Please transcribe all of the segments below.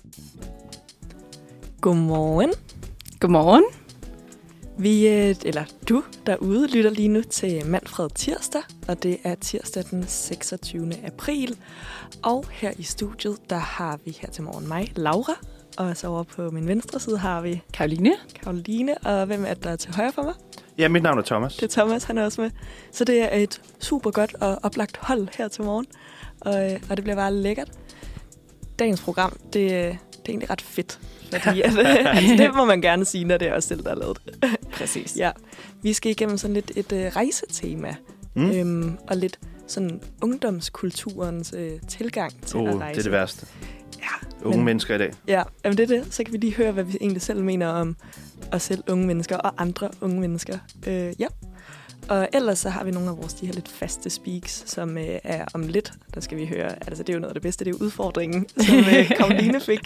Godmorgen. Godmorgen. Du derude lytter lige nu til Manfred Tirsdag, og det er tirsdag den 26. april. Og her i studiet, der har vi her til morgen mig, Laura, og så over på min venstre side har vi Karoline, og hvem er der til højre for mig? Ja, mit navn er Thomas. Det er Thomas, han er også med. Så det er et super godt og oplagt hold her til morgen, og det bliver bare lækkert. Dagens program, det er egentlig ret fedt. Fordi det må man gerne sige, når det er os selv, der har lavet det. Præcis. Ja. Vi skal igennem sådan lidt et rejsetema. Og lidt sådan ungdomskulturens tilgang til at rejse. Det er det værste. Ja, unge mennesker i dag. Ja, men det er det. Så kan vi lige høre, hvad vi egentlig selv mener om os selv, unge mennesker og andre unge mennesker. Ja. Og ellers så har vi nogle af de her lidt faste speaks, som er om lidt. Der skal vi høre, altså det er jo noget af det bedste, det er udfordringen, som Karoline fik.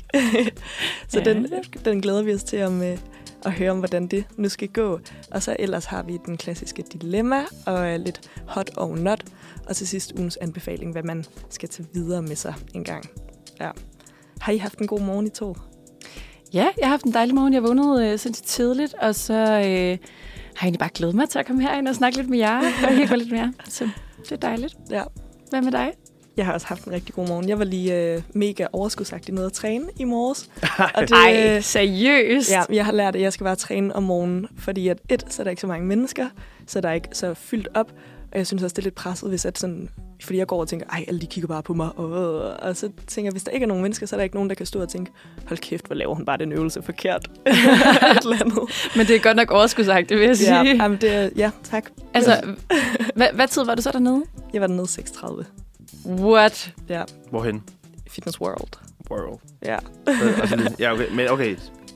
Så den glæder vi os til at høre om, hvordan det nu skal gå. Og så ellers har vi den klassiske dilemma og lidt hot or not. Og til sidst ugens anbefaling, hvad man skal tage videre med sig en gang. Ja. Har I haft en god morgen, I to? Ja, jeg har haft en dejlig morgen. Jeg vågnede sindssygt tidligt, og så har jeg egentlig bare glædet mig til at komme herind og snakke lidt med jer og hygge lidt med jer. Så det er dejligt. Ja. Hvad med dig? Jeg har også haft en rigtig god morgen. Jeg var lige mega overskudsagtig nede at træne i morges. Og det, seriøst? Ja, jeg har lært, at jeg skal bare træne om morgenen, fordi så er der ikke så mange mennesker, så der er ikke så fyldt op. Og jeg synes også, det er lidt presset, hvis fordi jeg går og tænker, alle de kigger bare på mig. Og så tænker jeg, hvis der ikke er nogen mennesker, så er der ikke nogen, der kan stå og tænke, hold kæft, hvor laver hun bare den øvelse forkert. Et eller andet. Men det er godt nok overskudsagtigt, vil jeg sige. Ja, tak. Altså, hvad tid var du så dernede? Jeg var dernede 6:30. What? Ja. Hvorhen? Fitness World. Ja. Ja, okay. Men okay.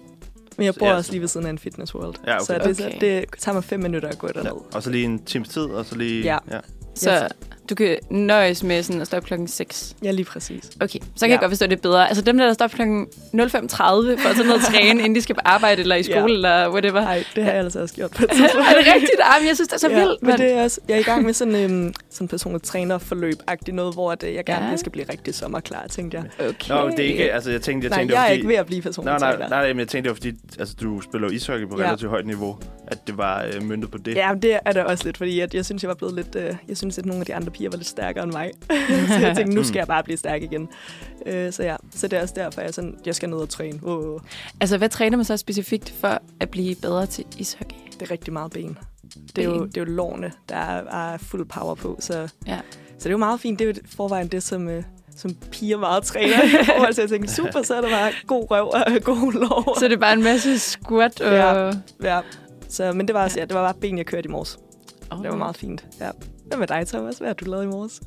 Men jeg bor også lige ved siden af en Fitness World. Ja, okay. Så det tager mig 5 minutter at gå derned. Ja. Og så lige en times tid, og så lige... Ja. Så du kan nøjes med sådan at stoppe klokken 6? Ja, lige præcis. Okay, så kan jeg godt forstå det bedre. Altså dem, der stopper klokken 05:30 for at tage noget at træne, inden de skal på arbejde eller i skole eller whatever. Nej, det har jeg altså også gjort på et tidspunkt. Er det rigtigt? Jeg synes, det er så vildt. Men det er også, jeg er i gang med sådan personligt trænerforløb-agtigt noget, hvor jeg gerne skal blive rigtig sommerklar, tænkte jeg. Okay. Nå, det er ikke, altså jeg tænkte, jeg er ikke ved at blive personligt træner. Nej, men jeg tænkte, det var fordi, altså du spiller ishockey på relativt højt niveau, at det var møntet på det. Ja, det er det også lidt, fordi jeg synes, jeg var blevet lidt, jeg synes, at nogle af de andre piger var lidt stærkere end mig. Så jeg tænkte, nu skal jeg bare blive stærk igen. Så det er også derfor, jeg skal ned og træne. Altså, hvad træner man så specifikt for at blive bedre til ishockey? Det er rigtig meget ben. Det er jo lårene, der er fuld power på. Så det er jo meget fint. Det er jo forvejen det, som piger meget træner i forhold til at tænke, super, så er der bare god røv og god lår. Så det er bare en masse squat? Ja. Så, men det var også, det var bare ben, jeg kørte i morges. Det var meget fint. Ja. Hvad med dig, Thomas? Hvad har du lavet i morges?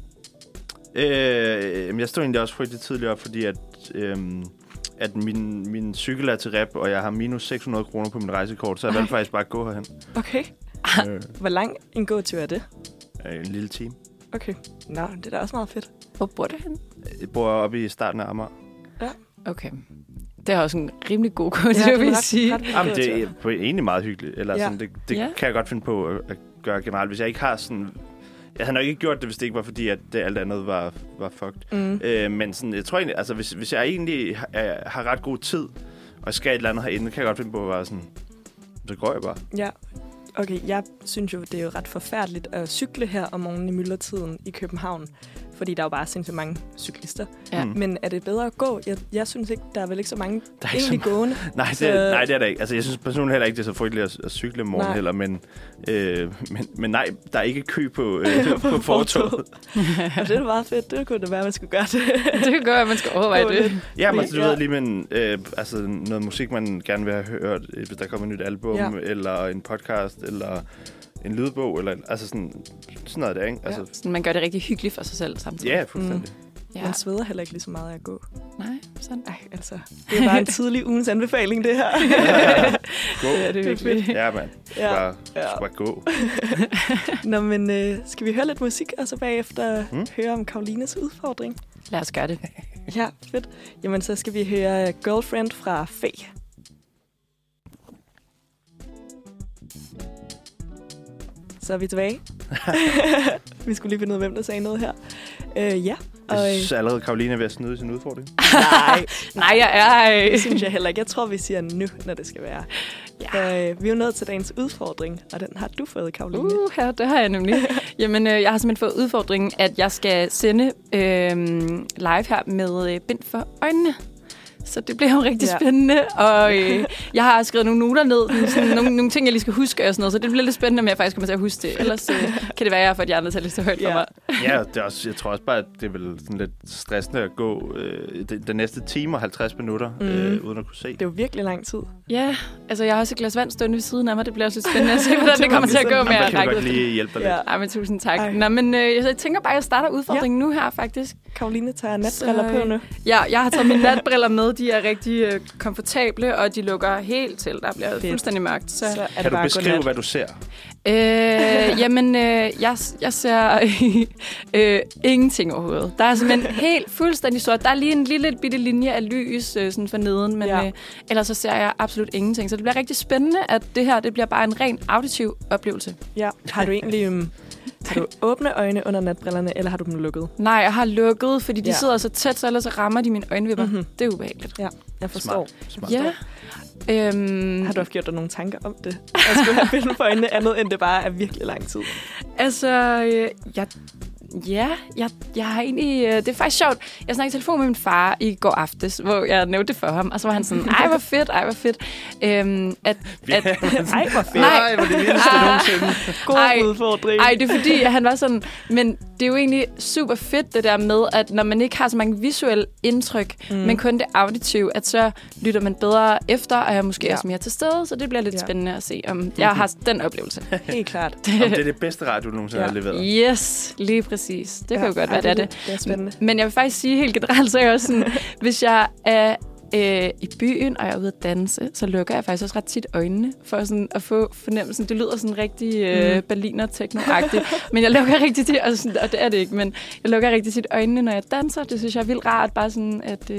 Jeg stod egentlig også frygtelig tidligt op, fordi at min cykel er til rep, og jeg har minus 600 kroner på min rejsekort, så jeg valgte faktisk bare at gå herhen. Okay. Hvor lang en gåtur er det? En lille time. Okay. Nå, det er da også meget fedt. Hvor bor du henne? Jeg bor oppe i starten af Amager. Ja. Okay. Det er også en rimelig god gåtur, vil jeg sige. Jamen, det er egentlig meget hyggeligt. Eller sådan, det kan jeg godt finde på at gøre generelt. Hvis jeg ikke har sådan... Jeg havde nok ikke gjort det, hvis det ikke var fordi, at det alt andet var fucked. Men sådan, jeg tror egentlig, altså hvis jeg egentlig har ret god tid, og skal et eller andet herinde, kan jeg godt finde på at være sådan, så går jeg bare. Ja, okay. Jeg synes jo, det er jo ret forfærdeligt at cykle her om morgenen i myldretiden i København. Fordi der er jo bare sindssygt mange cyklister. Ja. Men er det bedre at gå? Jeg synes ikke, der er vel ikke så mange egentlig gående. Nej, det er der ikke. Altså, jeg synes personligt heller ikke, det er så frygteligt at cykle om morgenen heller. Men nej, der er ikke kø på fortovet. Og det er meget fedt. Det kunne det være, at man skulle gøre det. Det kunne gøre, at man skal overveje det. Ja, men du ved lige med noget musik, man gerne vil have hørt, hvis der kommer et nyt album, eller en podcast, eller en lydbog, eller altså sådan noget der, ikke? Altså, sådan, man gør det rigtig hyggeligt for sig selv samtidig. Ja, fuldstændig. Ja. Man sveder heller ikke lige så meget af at gå. Nej, sådan. Altså, det er bare en tidlig ugens anbefaling, det her. Gå. Ja, det er fedt. Ja, man. Skal bare gå. Nå, men skal vi høre lidt musik, og så bagefter høre om Karolines udfordring? Lad os gøre det. Ja, fedt. Jamen, så skal vi høre Girlfriend fra Faye. Så er vi tilbage. Vi skulle lige finde ud af, hvem der sagde noget her. Ja, Jeg synes allerede, Karoline er ved at snyde sin udfordring. Nej, jeg er... Det synes jeg heller ikke. Jeg tror, vi siger nu, når det skal være. Ja. Vi er jo nået til dagens udfordring, og den har du fået, Karoline. Ja, det har jeg nemlig. Jamen, jeg har simpelthen fået udfordringen, at jeg skal sende live her med bind for øjnene. Så det bliver jo rigtig spændende, og jeg har skrevet nogle noter ned, sådan nogle ting, jeg lige skal huske og sådan noget, så det bliver lidt spændende, om jeg faktisk kommer til at huske det. Ellers kan det være, at jeg får de andre til at læse højt for mig. Ja, det er også, jeg tror også bare, at det er vel sådan lidt stressende at gå den næste time og 50 minutter, uden at kunne se. Det er jo virkelig lang tid. Ja, altså jeg har også et glas vand stående ved siden af mig. Det bliver også lidt spændende at se, hvordan det kommer til at gå med at række. Jeg kan godt lige hjælpe dig lidt. Ej, men tusind tak. Nå, men jeg tænker bare, at jeg starter udfordringen nu her, faktisk. Karoline tager natbriller på nu. Ja, jeg har taget mine natbriller med. De er rigtig komfortable, og de lukker helt til. Der bliver fuldstændig mørkt. Så er kan du beskrive, hvad du ser? Jamen, jeg ser ingenting overhovedet. Der er simpelthen helt fuldstændig sort. Der er lige en lille bitte linje af lys sådan for neden, men ellers så ser jeg absolut ingenting. Så det bliver rigtig spændende, at det her det bliver bare en ren auditiv oplevelse. Ja. Har du egentlig har du åbne øjne under natbrillerne, eller har du dem lukket? Nej, jeg har lukket, fordi de sidder så tæt, så ellers så rammer de mine øjenvipper. Mm-hmm. Det er ubehageligt. Ja, jeg forstår. Smart. Ja. Har du gjort dig nogle tanker om det? At skulle have bind for øjnene andet, end det bare er virkelig lang tid? Altså, jeg har egentlig... Det er faktisk sjovt. Jeg snakkede i telefon med min far i går aftes, hvor jeg nævnte det for ham, og så var han sådan, ej, hvor fedt. Ej, hvor fedt. Nej, hvor det vildeste nogensinde. God udfordring. Ej, det er fordi, han var sådan... Men det er jo egentlig super fedt, det der med, at når man ikke har så mange visuelle indtryk, men kun det auditive, at så lytter man bedre efter, og er måske også mere til stede, så det bliver lidt spændende at se, om jeg har den oplevelse. Helt klart. Om det er det bedste radio, du nogensinde har leveret. Yes, lige præcis. Det kan jo godt være, det er det. Det er spændende. Men jeg vil faktisk sige helt generelt, så er jeg også sådan, hvis jeg er i byen, og jeg er ude at danse, så lukker jeg faktisk også ret tit øjnene, for sådan at få fornemmelsen. Det lyder sådan rigtig berliner techno-agtigt, men jeg lukker rigtig tit, og det er det ikke, men jeg lukker rigtig tit øjnene, når jeg danser. Det synes jeg er vildt rart, bare sådan at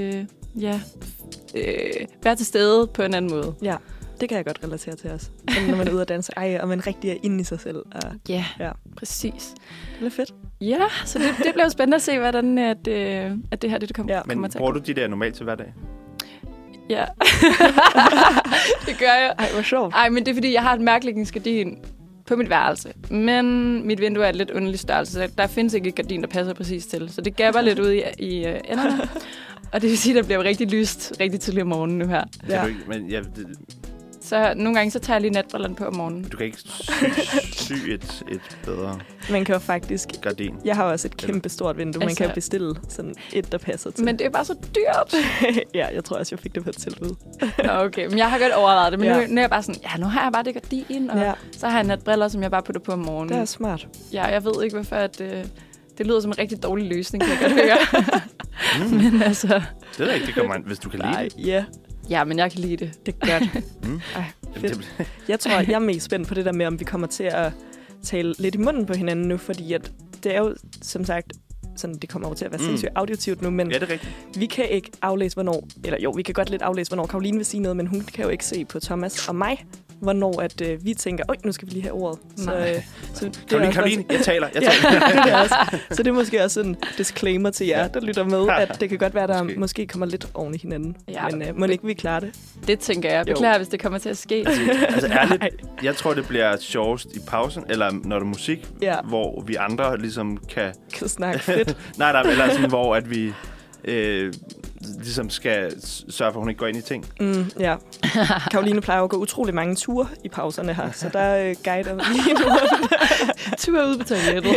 være til stede på en anden måde. Ja. Det kan jeg godt relatere til os. Når man er ude at danse, og man rigtig er inde i sig selv. Ja, præcis. Det er fedt. Ja, så det bliver spændende at se, hvordan at det her det kommer til. Men bruger du de der normalt til hver dag? Ja, det gør jeg. Ej, hvor sjovt. Ej, men det er fordi, jeg har et mærklægningsgardin på mit værelse. Men mit vindue er et lidt underlig størrelse, så der findes ikke et gardin, der passer præcis til. Så det gabber lidt ud i enderne. Og det vil sige, at der bliver rigtig lyst rigtig tidligt om morgenen nu her. Ja. Men så nogle gange så tager jeg lige natbrillerne på om morgenen. Du kan ikke sy et bedre man kan jo faktisk gardin. Jeg har også et kæmpe stort vindue. Man kan jo bestille sådan et, der passer til. Men det er bare så dyrt. Ja, jeg tror også, jeg fik det på et tilbud. Okay, men jeg har godt overvejet det. Men nu er jeg bare sådan, nu har jeg bare det gardin, og så har jeg natbriller, som jeg bare putter på om morgenen. Det er smart. Ja, jeg ved ikke, hvorfor det lyder som en rigtig dårlig løsning, kan jeg godt høre. Men altså... Det er ikke, det kommer an, hvis du kan lide det. Ja. Ja, men jeg kan lide det. Det er godt. Ej, fedt. Jeg tror, jeg er mest spændt på det der med, om vi kommer til at tale lidt i munden på hinanden nu, fordi at det er jo, som sagt, sådan, det kommer over til at være sindssygt auditivt nu, men det er rigtigt. Vi kan ikke aflæse, hvornår, eller jo, vi kan godt lidt aflæse, hvornår Karoline vil sige noget, men hun kan jo ikke se på Thomas og mig, hvornår at vi tænker, nu skal vi lige have ordet. Så Karoline, jeg taler. Det er også. Så det er måske også en disclaimer til jer, der lytter med, at det kan godt være, der måske kommer lidt oven i hinanden. Ja, men må ikke vi klare det? Det tænker jeg. Beklager, hvis det kommer til at ske. Altså ærligt, jeg tror, det bliver sjovest i pausen, eller når der er musik, hvor vi andre ligesom kan snakke fedt. nej, eller sådan, hvor at vi ligesom skal sørge for, at hun ikke går ind i ting. Ja. Karoline plejer at gå utrolig mange ture i pauserne her, så der guider vi lige nu. Ture ud på toilettet.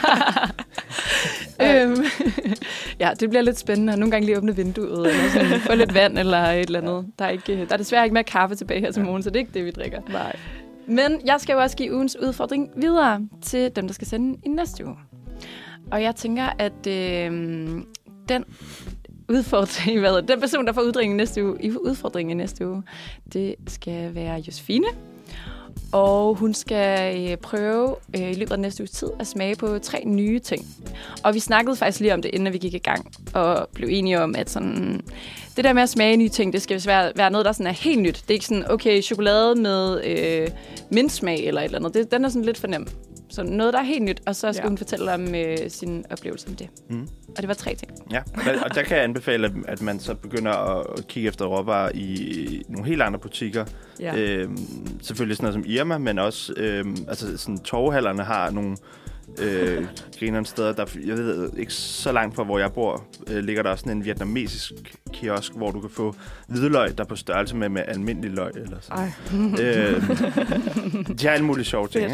Ja, det bliver lidt spændende. Nogle gange lige åbne vinduet, eller sådan, få lidt vand eller et eller andet. Der er desværre ikke mere kaffe tilbage her til morgen, så det er ikke det, vi drikker. Nej. Men jeg skal jo også give ugens udfordring videre til dem, der skal sende i næste uge. Og jeg tænker, at den person, der får udfordringen i næste uge, det skal være Josefine. Og hun skal prøve i løbet af næste uges tid at smage på 3 nye ting. Og vi snakkede faktisk lige om det, inden vi gik i gang, og blev enige om, at sådan, det der med at smage nye ting, det skal være noget, der sådan er helt nyt. Det er ikke sådan, okay, chokolade med mintsmag eller et eller andet. Den er sådan lidt for nem. Så noget, der er helt nyt, og så skal hun fortælle om sin oplevelse med det. Og det var 3 ting. Ja, og der kan jeg anbefale, at man så begynder at kigge efter råvarer i nogle helt andre butikker. Ja. Selvfølgelig sådan noget som Irma, men også altså sådan torvehallerne har nogle grinerende steder. Der, jeg ved ikke så langt fra, hvor jeg bor, ligger der sådan en vietnamesisk kiosk, hvor du kan få hvidløg, der er på størrelse med almindelig løg. Eller sådan. De har alle mulige sjove ting.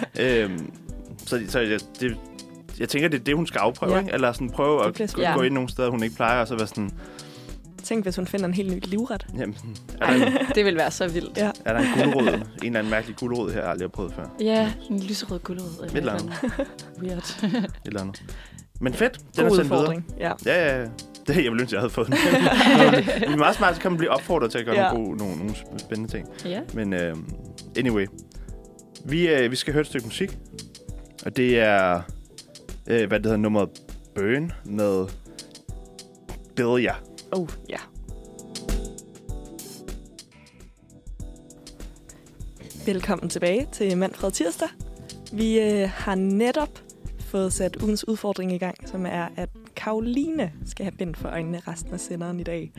Så jeg tænker, det er det, hun skal afprøve. Ikke? Eller sådan prøve at gå ind nogle steder, hun ikke plejer, og så være sådan... Tænk, hvis hun finder en helt ny livret. Jamen, det vil være så vildt. Ja. Er der en gulerod? En eller anden mærkelig gulerod her, jeg aldrig har prøvet før. Ja, en lyserød gulerod. Et eller andet. Weird. Et eller andet. Men fedt. Den er sendt videre. Ja. Det jeg ville ønske, jeg havde fået den. Det er meget smart, så kan man blive opfordret til at gøre nogle spændende ting. Ja. Men anyway. Vi skal høre et stykke musik. Og det er, hvad det hedder, nummeret Burn med Billia. Ja. Velkommen tilbage til Manfred Tirsdag. Vi har netop fået sat ugens udfordring i gang, som er, at Karoline skal have bind for øjnene resten af senderen i dag.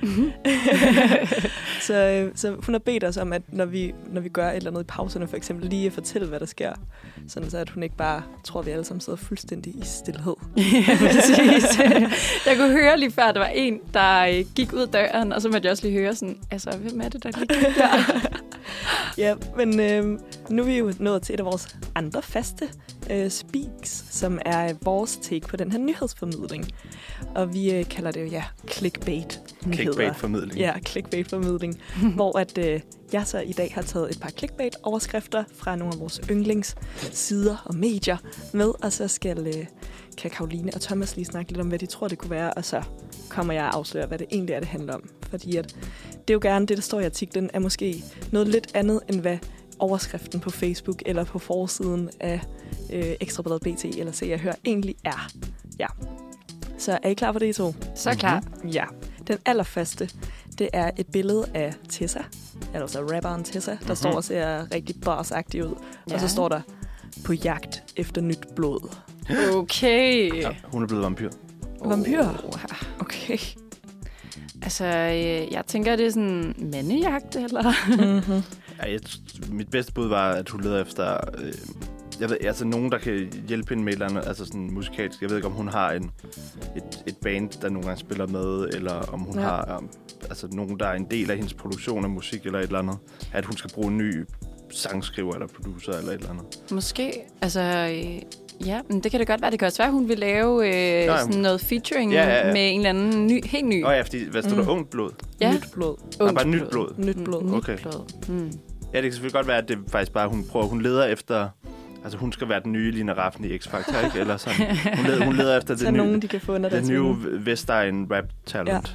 Så hun har bedt os om, at når vi gør et eller andet i pauserne, for eksempel lige at fortælle, hvad der sker. Sådan så, at hun ikke bare tror, at vi alle sammen sidder fuldstændig i stilhed. Ja, præcis. Jeg kunne høre lige før, at der var en, der gik ud døren, og så måtte jeg også lige høre sådan, altså, hvem er det, der lige gik der? Ja, men nu er vi jo nået til et af vores andre faste speaks, som er vores take på den her nyhedsformidling. Og vi kalder det jo, clickbait-nyheder. Clickbait-formidling. Ja, clickbait-formidling. Hvor at jeg så i dag har taget et par clickbait-overskrifter fra nogle af vores yndlingssider og medier med, og så kan Karoline og Thomas lige snakke lidt om, hvad de tror, det kunne være, og så kommer jeg at afsløre, hvad det egentlig er, det handler om. Fordi at det er jo gerne det, der står i artiklen, er måske noget lidt andet, end hvad overskriften på Facebook eller på forsiden af Ekstrabladet BT eller Se og Hør egentlig er. Ja. Så er I klar på det, I to? Så klar. Ja. Den allerførste, det er et billede af Tessa, altså rapperen Tessa, der står og ser rigtig boss-agtig ud. Ja. Og så står der, på jagt efter nyt blod. Okay. Ja, hun er blevet vampyr. Vampyr? Okay. Altså, jeg tænker, det er sådan mandejagt, eller? Mm-hmm. Ja, mit bedste bud var, at hun leder efter... jeg ved, altså nogen, der kan hjælpe hende med et eller andet, altså sådan musikalsk. Jeg ved ikke, om hun har et band, der nogle gange spiller med, eller om hun har altså nogen, der er en del af hendes produktion af musik, eller et eller andet. At hun skal bruge en ny sangskriver, eller producer, eller et eller andet. Måske. Altså, ja, men det kan det godt være. Det kan også være, at hun vil lave sådan noget featuring med en eller anden helt ny. Ja, fordi, hvad står der? Ungt blod? Ja. Nyt blod. Bare nyt blod? Nyt blod. Okay. Ja, det kan selvfølgelig godt være, at det faktisk bare, hun leder efter... Altså, hun skal være den nye Lina Rafn i X-Factor, ikke? Eller sådan. Hun leder efter det nye Vestegn rap-talent. Ja.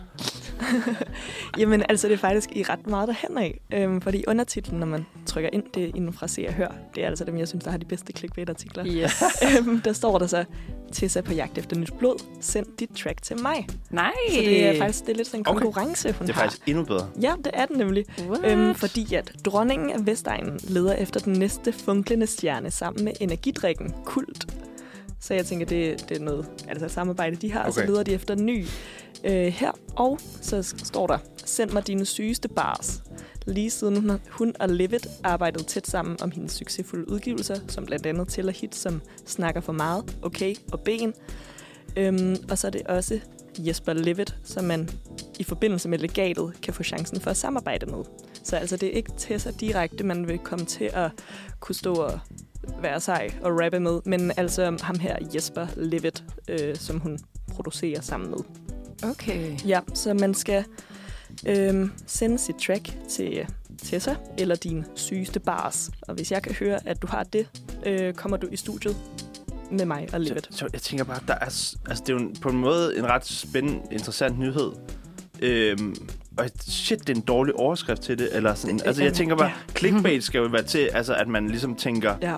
Jamen, altså, det er faktisk i ret meget derhen af. Fordi undertitlen, når man trykker ind, det er inden fra Se og Hør. Det er altså dem, jeg synes, der har de bedste clickbait-artikler. Yes. Der står der så, Tessa på jagt efter nyt blod. Send dit track til mig. Nej. Så det er faktisk lidt sådan en konkurrence, hun har. Det er faktisk endnu bedre. Ja, det er den nemlig. Fordi at dronningen af Vestegnen leder efter den næste funklende stjerne sammen med energidrikken Kult. Så jeg tænker, det er noget altså samarbejde, de har, og så leder de efter en ny her. Og så står der, send mig dine sygeste bars. Lige siden hun og Livet arbejdede tæt sammen om hendes succesfulde udgivelser, som blandt andet tæller hits som Snakker for meget, Okay og Ben. Og så er det også Jesper Livet, som man i forbindelse med legatet kan få chancen for at samarbejde med. Så altså, det er ikke Tessa direkte, man vil komme til at kunne stå og være sej og rappe med, men altså ham her Jesper Livet, som hun producerer sammen med. Okay. Ja, så man skal sende sit track til Tessa eller din sygeste bars. Og hvis jeg kan høre, at du har det, kommer du i studiet med mig og Livet. Så jeg tænker bare, det er jo på en måde en ret spændende, interessant nyhed. Og shit, det er en dårlig overskrift til det. Eller sådan. Altså, jeg tænker bare, clickbait skal jo være til, altså, at man ligesom tænker... Ja.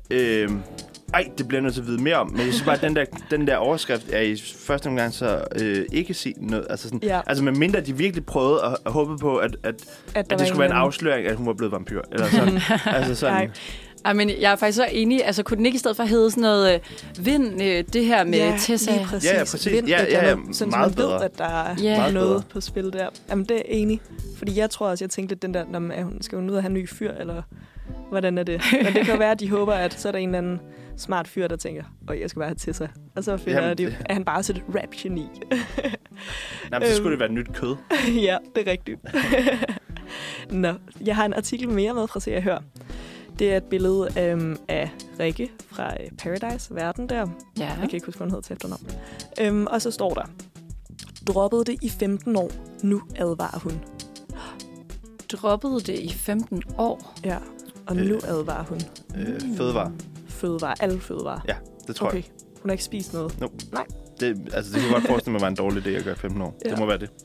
Det bliver nødt til at vide mere om. Men jeg synes bare, at den der overskrift er i første omgang så ikke sige noget. Altså, sådan, altså med mindre de virkelig prøvede at håbe på, at det skulle være en afsløring, at hun var blevet vampyr. Eller sådan. Altså sådan. Men jeg er faktisk så enig. Altså, kunne den ikke i stedet for hedde sådan noget vind det her med Tessa? Ja, præcis. Ja, præcis. Vind, sådan, meget man ved, bedre. at der er Meget noget bedre. på spil der. Jamen, det er enig. Fordi jeg tror også, jeg tænkte lidt den der, skal hun ud og have en ny fyr, eller hvordan er det? Men det kan jo være, at de håber, at så er der en eller anden smart fyr, der tænker, jeg skal bare have Tessa. Og så finder de, er han bare sådan et rap-geni. Nej, men så skulle det være nyt kød. Ja, det er rigtigt. Nå, jeg har en artikel mere med fra Se og Hør. Det er et billede af Rikke fra Paradise Verden der. Ja. Jeg kan ikke huske, hvad hun hedder til efternavn. Og så står der, droppede det i 15 år, nu advarer hun. Droppede det i 15 år? Ja, og nu advarer hun. Fødevare. Alle fødevarer. Ja, det tror jeg. Hun har ikke spist noget? Nope. Nej. Det kunne godt forestille mig, var en dårlig idé at gøre 15 år. Ja. Det må være det.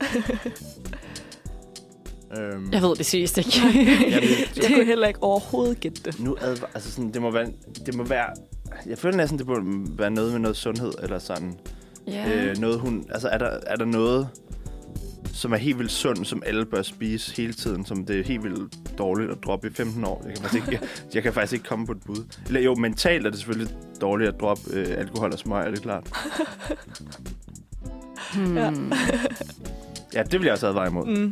Jeg ved det seriøst ikke. Jeg kunne heller ikke overhovedet gætte det. Nu altså sådan, det må være. Jeg føler næsten, det burde være noget med noget sundhed eller sådan. Yeah. Noget hun. Altså er der noget, som er helt vildt sund, som alle bør spise hele tiden, som det er helt vildt dårligt at droppe i 15 år? Jeg kan faktisk ikke komme på et bud. Eller jo, mentalt er det selvfølgelig dårligt at droppe alkohol og smøg, er det klart. Ja. Ja, det vil jeg også advare imod.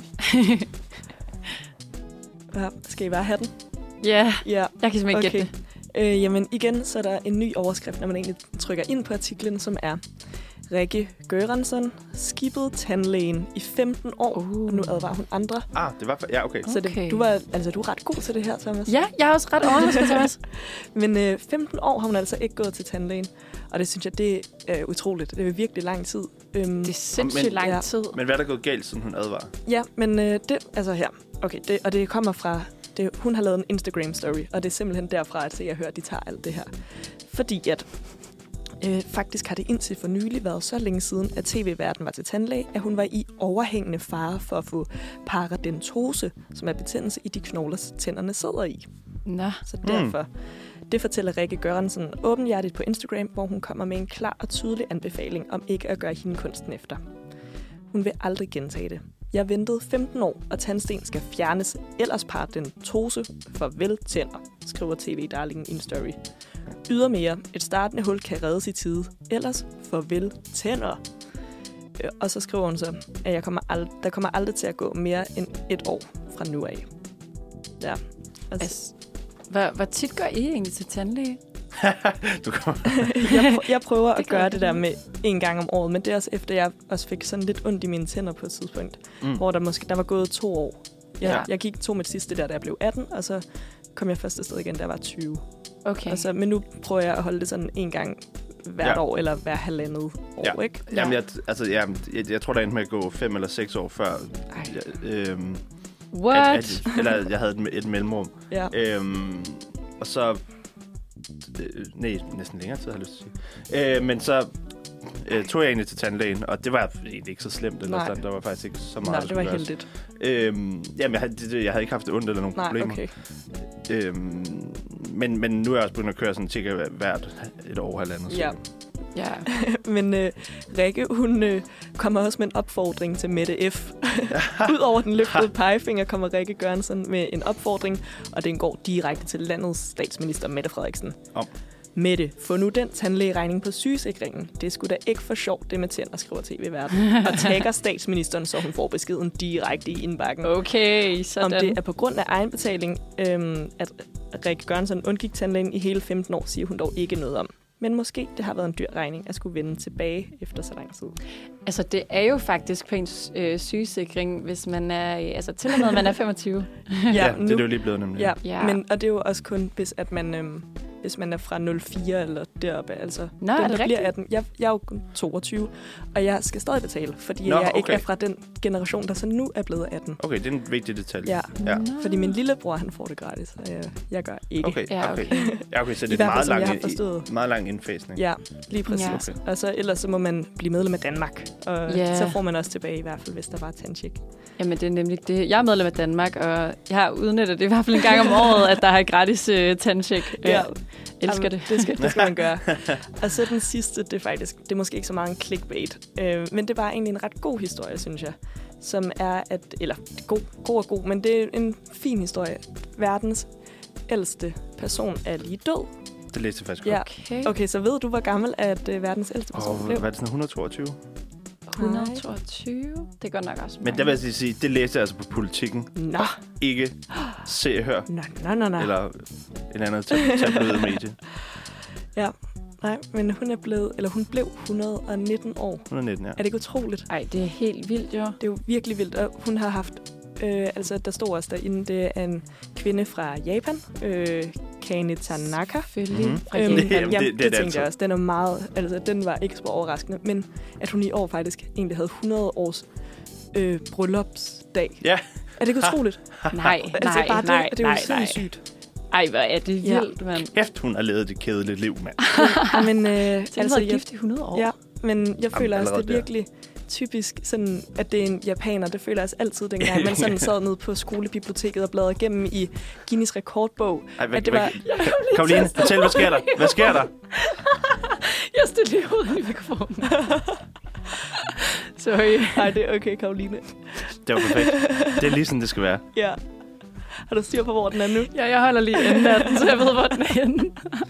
Ja, skal I bare have den? Ja, Ja. jeg kan simpelthen ikke gætte det. Jamen igen, så er der en ny overskrift, når man egentlig trykker ind på artiklen, som er Rikke Göransson skippede tandlægen i 15 år, og nu advarer hun andre. Det var... Ja, okay. Så du er ret god til det her, Thomas. Ja, jeg er også ret overrasket, Thomas. Men 15 år har hun altså ikke gået til tandlægen, og det synes jeg, det er utroligt. Det er virkelig lang tid. Det er sindssygt lang tid. Men hvad er der gået galt, siden hun advarer? Ja, men her. Okay, det kommer fra... hun har lavet en Instagram-story, og det er simpelthen derfra, at Se og Hør, de tager alt det her. Fordi at faktisk har det indtil for nylig været så længe siden, at tv-verden var til tandlæge, at hun var i overhængende fare for at få paradentose, som er betændelse i de knogler, tænderne sidder i. Nå. Så derfor, det fortæller Rikke Göransson åbenhjertigt på Instagram, hvor hun kommer med en klar og tydelig anbefaling om ikke at gøre hende kunsten efter. Hun vil aldrig gentage det. Jeg ventede 15 år, og tandsten skal fjernes, ellers paradentose. Farvel tænder, skriver TV-darlingen i en story. Ydermere, et startende hul kan reddes i tide, ellers farvel tænder. Og så skriver hun så, at der kommer aldrig til at gå mere end 1 år fra nu af. Ja. Altså, hvor tit går I egentlig til tandlæge? jeg prøver at gøre det der med 1 gang om året, men det er også efter, jeg også fik sådan lidt ondt i mine tænder på et tidspunkt, hvor der var gået 2 år. Jeg tog mit sidste der, da jeg blev 18, og så kom jeg først afsted igen, da jeg var 20. Okay. Men nu prøver jeg at holde det sådan 1 gang hvert år, eller hver halvandet år, ikke? Ja. Jamen, jeg tror, der endte med at gå 5 eller 6 år før. What? Eller jeg havde et mellemrum. Ja. Og så... næsten længere tid, har jeg lyst til at sige. Men så tog jeg egentlig til tandlægen, og det var egentlig ikke så slemt. Eller sådan. Der var faktisk ikke så meget, det var heldigt. Jamen, jeg havde ikke haft det ondt eller nogen problemer. Okay. Men nu er jeg også begyndt at køre sådan cirka hvert 1 år, halvandet. Ja. Ja. Men Rikke, hun kommer også med en opfordring til Mette F. Udover den løftede pegefinger kommer Rikke Göransson med en opfordring, og den går direkte til landets statsminister Mette Frederiksen. Mette, få nu den tandlægeregning på sygesikringen. Det skulle da ikke for sjovt, det med tænder, skriver TV-verden. Og tagger statsministeren, så hun får beskeden direkte i indbakken. Okay, sådan. Om det er på grund af egenbetaling, at Rikke Göransson undgik tandlægen i hele 15 år, siger hun dog ikke noget om. Men måske det har været en dyr regning at skulle vende tilbage efter så lang tid. Altså, det er jo faktisk på ens sygesikring, hvis man er... Altså, til og med, man er 25. Ja, det er jo lige blevet nemlig. Ja. Men, og det er jo også kun, hvis man er fra 04 eller deroppe. Altså, Nå, den, er det der bliver rigtigt? 18. Jeg er jo 22, og jeg skal stadig betale, fordi jeg ikke er fra den generation, der så nu er blevet 18. Okay, det er en vigtig detalje. Ja. Fordi min lillebror, han får det gratis, og jeg gør ikke. Okay, så det er en meget lang indfasning. Ja, lige præcis. Ja. Okay. Og så ellers så må man blive medlem af Danmark, og så får man også tilbage i hvert fald, hvis der var tandcheck. Jamen, det er nemlig det. Jeg er medlem af Danmark, og jeg har udnyttet det i hvert fald en gang om året, at der er gratis tandcheck. Ja. Elsker det. Det skal man gøre. Og så den sidste, det er måske ikke så meget en clickbait, men det var egentlig en ret god historie, synes jeg. Som er, god og god, men det er en fin historie. Verdens ældste person er lige død. Det læste jeg faktisk godt. Okay, så ved du, hvor gammel at verdens ældste person blev? Hvad er det sådan 122? 122? Det går nok også. Men der vil jeg sige, det læste jeg altså på Politikken. Nå. Ikke Se og Hør. Nej. Eller en anden tabloid-medie. Ja. Nej, men hun blev 119 år. 119, ja. Er det ikke utroligt? Nej, det er helt vildt, jo. Det er jo virkelig vildt, og hun har haft... der stod også derinde, det er en kvinde fra Japan, Kane Tanaka. Selvfølgelig. Det tænkte jeg også. Den er meget... den var ikke så overraskende, men at hun i år faktisk egentlig havde 100 års bryllupsdag. Ja. Er det ikke utroligt? Nej. Det er jo sindssygt. Ej, hvor er det vildt, mand. Kæft, hun har levet det kedeligt liv, mand. Men, været gift i 100 år. Ja, men jeg føler også, det er virkelig typisk, sådan, at det er en japaner. Det føler jeg også altid, dengang man sådan sad nede på skolebiblioteket og bladrede igennem i Guinness rekordbog. Karoline, fortæl, hvad sker der? Hvad sker der? Jeg stillede hovedet i mikrofonen. Sorry. Nej, det er okay, Karoline. Det var perfekt. Det er lige sådan, det skal være. Ja. Har du styr på, hvor den er nu? Ja, jeg holder lige enden af den, så jeg ved, hvor den er henne.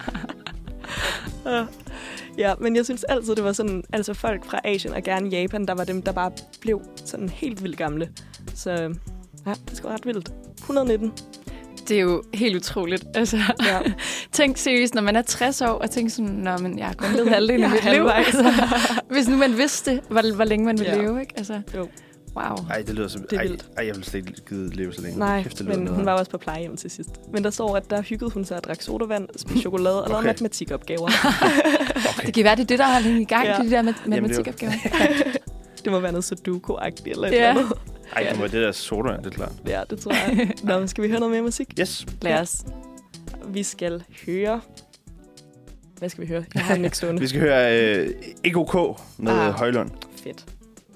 Ja, men jeg synes altid, det var sådan, altså folk fra Asien og gerne Japan, der var dem, der bare blev sådan helt vildt gamle. Så ja, det skal være ret vildt. 119. Det er jo helt utroligt. Altså, tænk seriøst, når man er 60 år, og tænk sådan, men jeg har kun levet halvdelen af mit liv. Altså, hvis nu man vidste, hvor længe man ville leve, ikke? Altså, jo. Wow. Ej, det lyder som... jeg ville slet ikke gide leve så længe. Nej, men hun var også på plejehjem til sidst. Men der står, at der hyggede hun sig at drikke sodavand, spise chokolade og lavede matematikopgaver. Okay. Det kan være, det er det, der har hængt i gang, de der matematikopgaver. Det må være noget Sudoku-agtigt eller et eller andet. Ej, det må det der sodavand, det er klart. Ja, det tror jeg. Nå, skal vi høre noget mere musik? Yes. Lad os. Vi skal høre... Hvad skal vi høre? Jeg har den ikke stående. Vi skal høre EKK med Højlund. Fedt.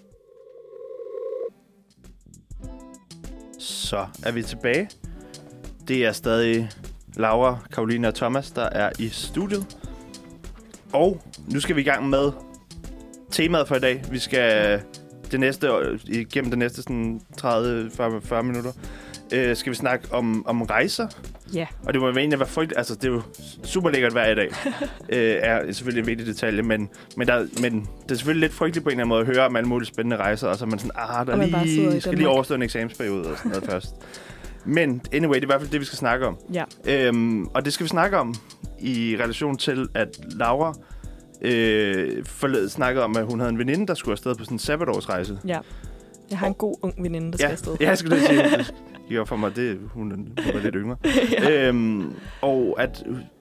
Så er vi tilbage. Det er stadig Laura, Karoline og Thomas, der er i studiet. Og nu skal vi i gang med temaet for i dag. Vi skal igennem det næste sådan 30-40 minutter, skal vi snakke om rejser. Ja. Og det må egentlig være frygteligt. Altså, det er jo super lækkert hver i dag. Er selvfølgelig en vigtig detalje, men det er selvfølgelig lidt frygteligt på en eller anden måde at høre om alle mulige spændende rejser, og så er man sådan, skal lige overstå en eksamensperiode og sådan noget først. Men anyway, det er i hvert fald det, vi skal snakke om. Ja. Og det skal vi snakke om i relation til, at Laura snakkede om, at hun havde en veninde, der skulle afsted på sådan en sabbatårsrejse. Ja. Jeg har en god ung veninde, der skal afsted. Ja, jeg skulle lige sige det. Gjorde for mig, hun var lidt yngre. Og at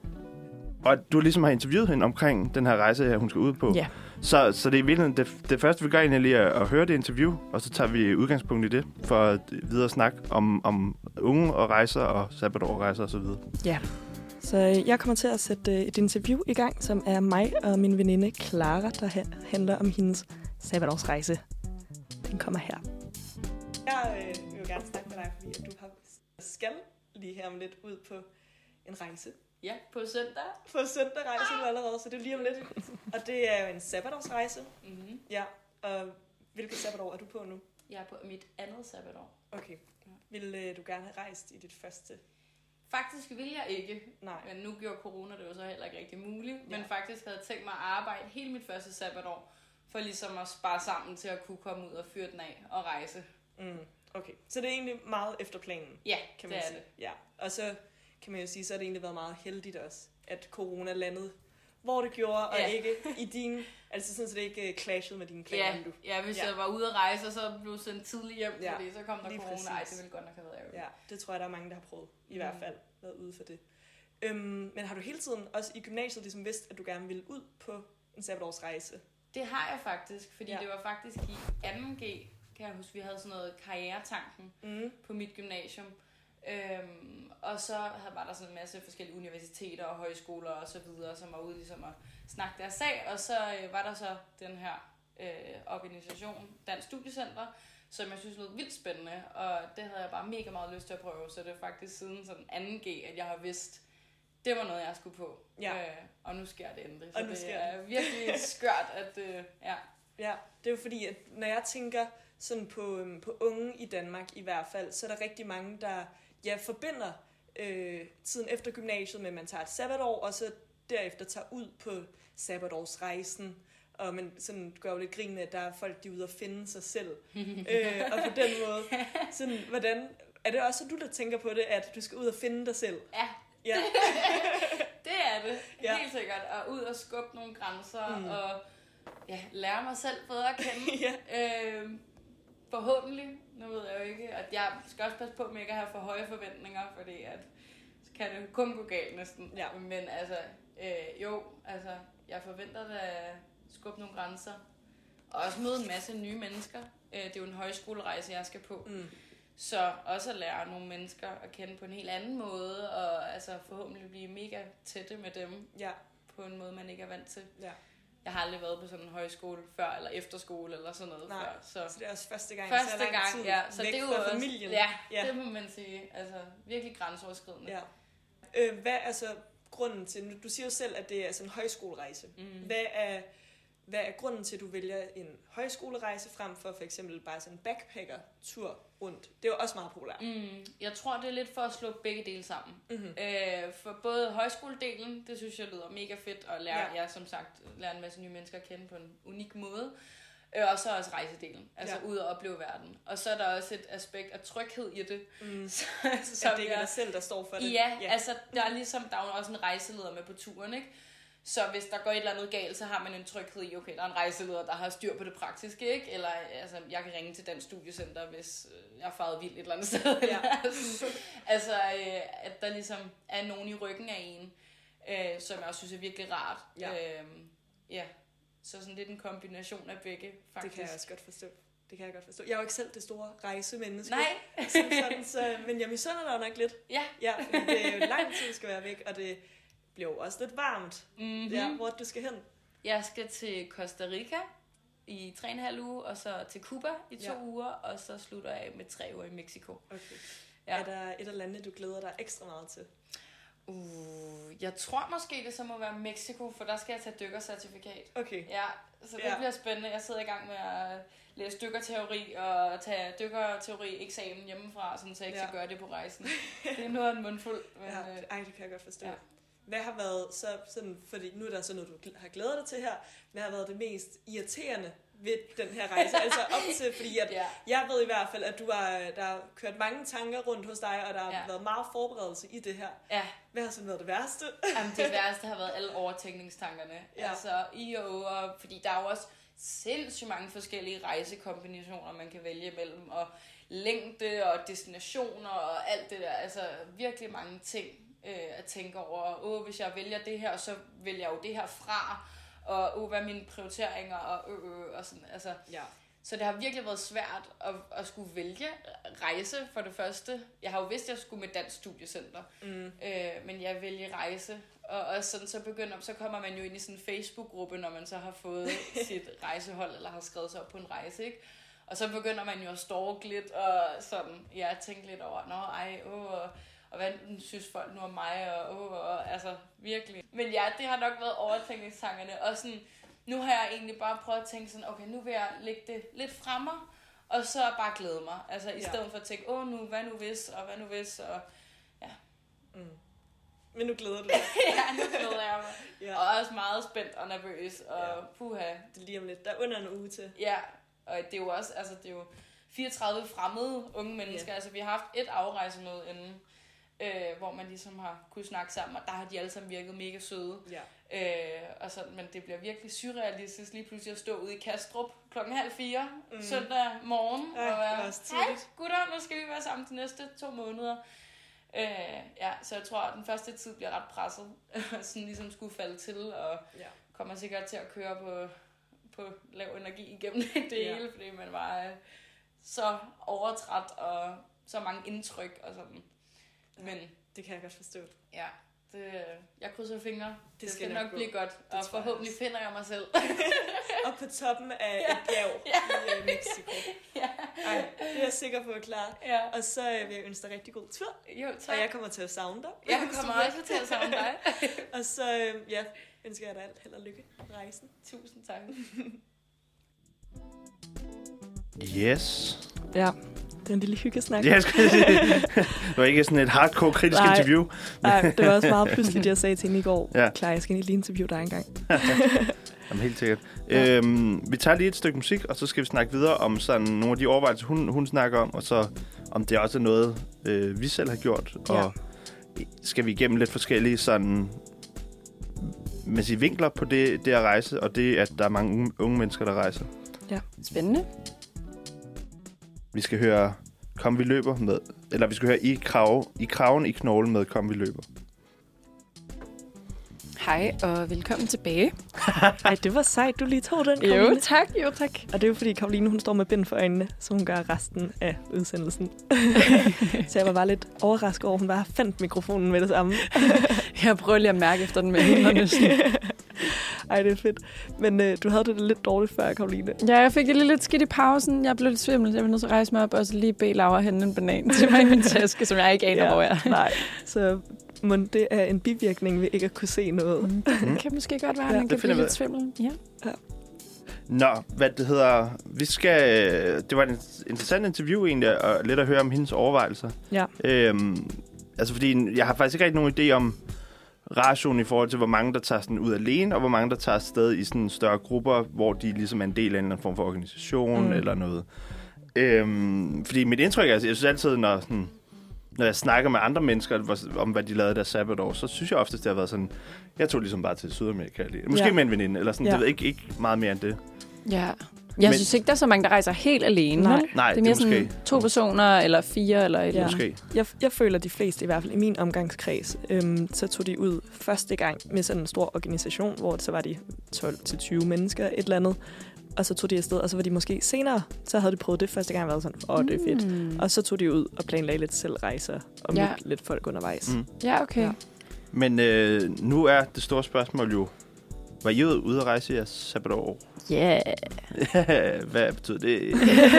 du ligesom har interviewet hende omkring den her rejse, her hun skal ud på. Ja. Så det er i virkeligheden det første, vi gør egentlig lige at høre det interview, og så tager vi udgangspunkt i det, for at videre snakke om unge og rejser og sabbatårrejser og så videre. Ja. Så jeg kommer til at sætte et interview i gang, som er mig og min veninde Clara, der handler om hendes sabbatårsrejse. Den kommer her. Jeg vil gerne snakke med dig, fordi at du skal lige her om lidt ud på en rejse. Ja, på søndag. På søndag rejser du allerede, så det er lige om lidt. Og det er jo en sabbatårsrejse. Mm-hmm. Ja, og hvilket sabbatår er du på nu? Jeg er på mit andet sabbatår. Okay. Vil du gerne have rejst i dit første? Faktisk vil jeg ikke. Nej. Men nu gjorde corona det jo så heller ikke rigtig muligt. Ja. Men faktisk havde jeg tænkt mig at arbejde hele mit første sabbatår, for ligesom at spare sammen til at kunne komme ud og fyre den af og rejse. Mm. Okay, så det er egentlig meget efter planen, ja, kan man sige. Ja, og så kan man jo sige, så har det egentlig været meget heldigt også, at corona landede, hvor det gjorde, og ikke i din, altså sådan, så det ikke clashede med dine planer. Ja, hvis jeg var ude at rejse, og så blev sendt tidligt hjem, fordi så kom der lige corona. Præcis. Ej, det ville godt nok have været ærgerligt. Ja, det tror jeg, der er mange, der har prøvet, i hvert fald været ude for det. Men har du hele tiden, også i gymnasiet, ligesom vidst, at du gerne ville ud på en sabbatårsrejse? Det har jeg faktisk, fordi det var faktisk i 2G, kan jeg huske, vi havde sådan noget karrieretanken på mit gymnasium. Og så var der sådan en masse forskellige universiteter og højskoler og så videre, som var ude ligesom at snakke deres sag. Og så var der så den her organisation, Dansk Studiecenter, som jeg synes lød vildt spændende. Og det havde jeg bare mega meget lyst til at prøve. Så det er faktisk siden sådan 2G, at jeg har vidst, det var noget, jeg skulle på. Ja. Og nu sker det endelig. Så det er virkelig skørt, at Ja, det er jo fordi, at når jeg tænker sådan på unge i Danmark i hvert fald, så er der rigtig mange, der forbinder tiden efter gymnasiet, men man tager et sabbatår, og så derefter tager ud på sabbatårsrejsen, og man sådan gør jo lidt grin med, at der er folk, de er ude at finde sig selv. Og på den måde, sådan, hvordan, er det også du, der tænker på det, at du skal ud og finde dig selv? Ja. Det er det, helt sikkert. Og ud og skubbe nogle grænser, og lære mig selv bedre at kende. Forhåbentlig, nu ved jeg jo ikke, at jeg skal også passe på, at jeg ikke har for høje forventninger, fordi at, så kan det kun gå galt næsten. Ja. Men altså, jeg forventer at skubbe nogle grænser, og også møde en masse nye mennesker. Det er jo en højskolerejse, jeg skal på. Så også at lære nogle mennesker at kende på en helt anden måde, og altså forhåbentlig blive mega tætte med dem på en måde, man ikke er vant til. Ja. Jeg har aldrig været på sådan en højskole før, eller efterskole, eller sådan noget før. Så det er også første gang, så væk det er jo fra familien. Det må man sige. Altså virkelig grænseoverskridende. Ja. Hvad er altså grunden til, du siger jo selv, at det er sådan en højskolerejse. Hvad er grunden til, at du vælger en højskolerejse frem for eksempel bare sådan en backpacker-tur rundt? Det er jo også meget populært. Jeg tror, det er lidt for at slå begge dele sammen. For både højskoledelen, det synes jeg lyder mega fedt at lære, som sagt, lære en masse nye mennesker at kende på en unik måde. Og så også rejsedelen, altså ud og opleve verden. Og så er der også et aspekt af tryghed i det. Så det ikke er dig selv, der står for det. Ja, altså der er ligesom, der er også en rejseleder med på turen, ikke? Så hvis der går et eller andet galt, så har man en tryghed i, okay, der er en rejseleder, der har styr på det praktiske, ikke? Eller altså, jeg kan ringe til Dansk Studiecenter, hvis jeg er faret vildt et eller andet sted. Ja. Altså, at der ligesom er nogen i ryggen af en, som jeg også synes er virkelig rart. Ja. Så sådan lidt en kombination af begge, faktisk. Det kan jeg også godt forstå. Jeg er jo ikke selv det store rejsemenneske. Nej. Men jeg misunder dig nok lidt. Ja, fordi det er jo lang tid, du skal være væk, og det bliver jo også lidt varmt. Hvor du skal hen? Jeg skal til Costa Rica i 3,5 uger, og så til Cuba i 2 uger, og så slutter jeg med 3 uger i Mexico. Okay. Ja. Er der et af landene, du glæder dig ekstra meget til? Jeg tror måske, det så må være Mexico, for der skal jeg tage dykkercertifikat. Okay. Ja, så det bliver spændende. Jeg sidder i gang med at læse dykkerteori og tage dykkerteori-eksamen hjemmefra, sådan, så jeg ikke skal gøre det på rejsen. Det er noget af en mundfuld. Men, det kan jeg godt forstå. Ja. Hvad har været sådan, fordi nu er der sådan noget, du har glædet dig til her, hvad har været det mest irriterende ved den her rejse? Altså op til, fordi jeg ved i hvert fald, at der har kørt mange tanker rundt hos dig, og der har været meget forberedelse i det her. Ja. Hvad har sådan været det værste? Jamen, det værste har været alle overtænkningstankerne. Ja. Altså fordi der er jo også sindssygt mange forskellige rejsekombinationer, man kan vælge mellem, og længde og destinationer og alt det der. Altså virkelig mange ting at tænke over, hvis jeg vælger det her, så vælger jeg jo det her fra, og hvad er mine prioriteringer, og sådan, altså. Ja. Så det har virkelig været svært at skulle vælge rejse for det første. Jeg har jo vidst, at jeg skulle med Dansk Studiecenter, men jeg vælger rejse, og sådan, så kommer man jo ind i sådan en Facebook-gruppe, når man så har fået sit rejsehold, eller har skrevet sig op på en rejse, ikke? Og så begynder man jo at stalke lidt, og sådan, tænke lidt over, og hvad synes folk nu om mig, og altså virkelig. Men det har nok været overtænkningstankerne, og sådan, nu har jeg egentlig bare prøvet at tænke sådan, okay, nu vil jeg lægge det lidt fremme, og så bare glæde mig. Altså i stedet for at tænke, hvad nu hvis, og ja. Men nu glæder du dig. Ja, nu glæder jeg mig. Og også meget spændt og nervøs, og puha. Det er lige om lidt, der er under en uge til. Ja, og det er jo også, altså det er jo 34 fremmede unge mennesker, altså vi har haft et afrejsemøde inden, hvor man ligesom har kunne snakke sammen, og der har de alle sammen virket mega søde. Ja. Og sådan, men det bliver virkelig surrealistisk lige pludselig at stå ude i Kastrup 3:30 søndag morgen, og hej gutter, nu skal vi være sammen de næste 2 måneder. Så jeg tror, at den første tid bliver ret presset, sådan ligesom skulle falde til, og kommer sikkert til at køre på lav energi igennem det hele, fordi man var så overtræt, og så mange indtryk og sådan. Men det kan jeg godt forstå. Ja, jeg krydser fingre. Det skal nok blive godt, og forhåbentlig finder jeg mig selv. Og på toppen af et bjerg i Mexico. Ej, det er jeg sikker på at klare. Ja. Og så vil jeg ønske dig rigtig god tur. Jo, tak. Og jeg kommer til at savne dig. Jeg kommer også til at savne dig. Og så ønsker jeg dig alt held og lykke på rejsen. Tusind tak. Yes. Ja. Det er en lille hyggesnak. Ja, jeg skulle sige. Det var ikke sådan et hardcore kritisk interview. Nej, det var også meget pludseligt, jeg sagde til hende i går. Ja. Klar, jeg skal lige interviewe dig engang. Jamen, helt sikkert. Ja. Vi tager lige et stykke musik, og så skal vi snakke videre om sådan nogle af de overvejelser, hun snakker om, og så om det også er noget, vi selv har gjort. Ja. Og skal vi igennem lidt forskellige sådan, vinkler på det at rejse, og det, at der er mange unge mennesker, der rejser. Ja, spændende. Vi skal høre Kom vi løber med, eller vi skal høre I kraven i knoglen med Kom vi løber. Hej, og velkommen tilbage. Ej, det var sejt, du lige tog den, Karoline. Jo tak. Og det er jo fordi, Karoline, hun står med bind for øjnene, så hun gør resten af udsendelsen. Så jeg var bare lidt overrasket over, at hun bare fandt mikrofonen med det samme. Jeg prøver lige at mærke efter den med hænderne. Ej, det er fedt. Men du havde det lidt dårligt før, Karoline. Ja, jeg fik det lidt skidt i pausen. Jeg blev lidt svimmel, så jeg var nødt til at rejse mig op og så lige bede Laura hente en banan til mig i min taske, som jeg ikke aner, hvor jeg er. Nej, så det er en bivirkning ved ikke at kunne se noget. Det kan måske godt være, at man kan blive lidt svimmel. Ja. Nå, hvad det hedder... Det var et interessant interview egentlig, og lidt at høre om hendes overvejelser. Ja. Fordi jeg har faktisk ikke rigtig nogen idé om ratioen i forhold til, hvor mange der tager sådan ud alene, og hvor mange der tager afsted i sådan større grupper, hvor de ligesom er en del af en eller anden form for organisation eller noget. Fordi mit indtryk er, jeg synes altid, når jeg snakker med andre mennesker om, hvad de lavede der sabbatår, så synes jeg oftest, det har været sådan, jeg tog ligesom bare til Sydamerika. Måske med en veninde, eller sådan, det ved ikke meget mere end det. Ja. Jeg synes ikke, der er så mange, der rejser helt alene. Nej, det er mere sådan 2 personer, eller 4, eller et eller måske. Jeg føler, de fleste, i hvert fald i min omgangskreds, så tog de ud første gang med sådan en stor organisation, hvor så var de 12-20 mennesker, et eller andet. Og så tog de afsted, og så var de måske senere, så havde de prøvet det første gang, og været sådan, det er fedt. Og så tog de ud og planlagde lidt selvrejser, og mødte lidt folk undervejs. Ja, okay. Ja. Men nu er det store spørgsmål jo, var I ude at rejse i jeres sabbatår? Ja. Yeah. Hvad betyder det?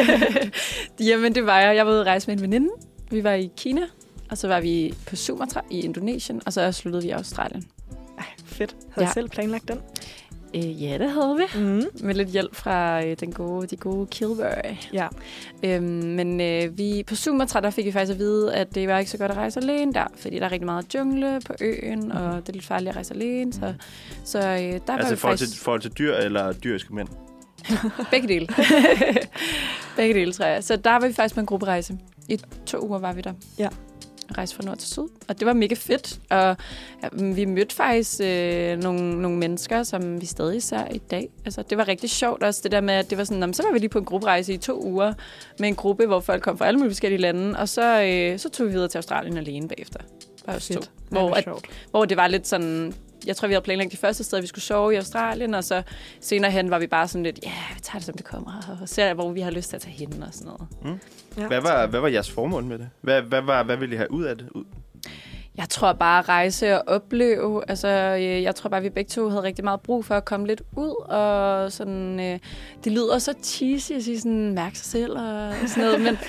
Jamen, det var jeg. Jeg var ude at rejse med en veninde. Vi var i Kina, og så var vi på Sumatra i Indonesien, og så sluttede vi i Australien. Ej, fedt. Havde I selv planlagt den? Ja, det havde vi. Med lidt hjælp fra de gode Kilroy. Ja. Men vi på Sumatra, der fik vi faktisk at vide, at det var ikke så godt at rejse alene der, fordi der er rigtig meget jungle på øen, og det er lidt farligt at rejse alene. Så der var forhold til dyr eller dyriske mænd? Begge dele. Begge dele, tror jeg. Så der var vi faktisk på en grupperejse. I 2 uger var vi der. Ja. Rejse fra nord til syd. Og det var mega fedt. Og vi mødte faktisk nogle mennesker, som vi stadig ser i dag. Altså, det var rigtig sjovt også, det der med, at det var sådan, så var vi lige på en grupperejse i 2 uger med en gruppe, hvor folk kom fra alle mulige forskellige lande. Og så tog vi videre til Australien alene bagefter. Bare os 2. Hvor det var lidt sådan... Jeg tror, vi havde planlagt de første steder, vi skulle sove i Australien, og så senere hen var vi bare sådan lidt, vi tager det, som det kommer, og ser, hvor vi har lyst til at tage hen og sådan noget. Ja. Hvad var jeres formål med det? Hvad ville I have ud af det? Jeg tror bare at rejse og opleve. Altså, jeg tror bare, at vi begge to havde rigtig meget brug for at komme lidt ud. Og sådan, det lyder så cheesy at sige sådan, mærke sig selv og sådan noget.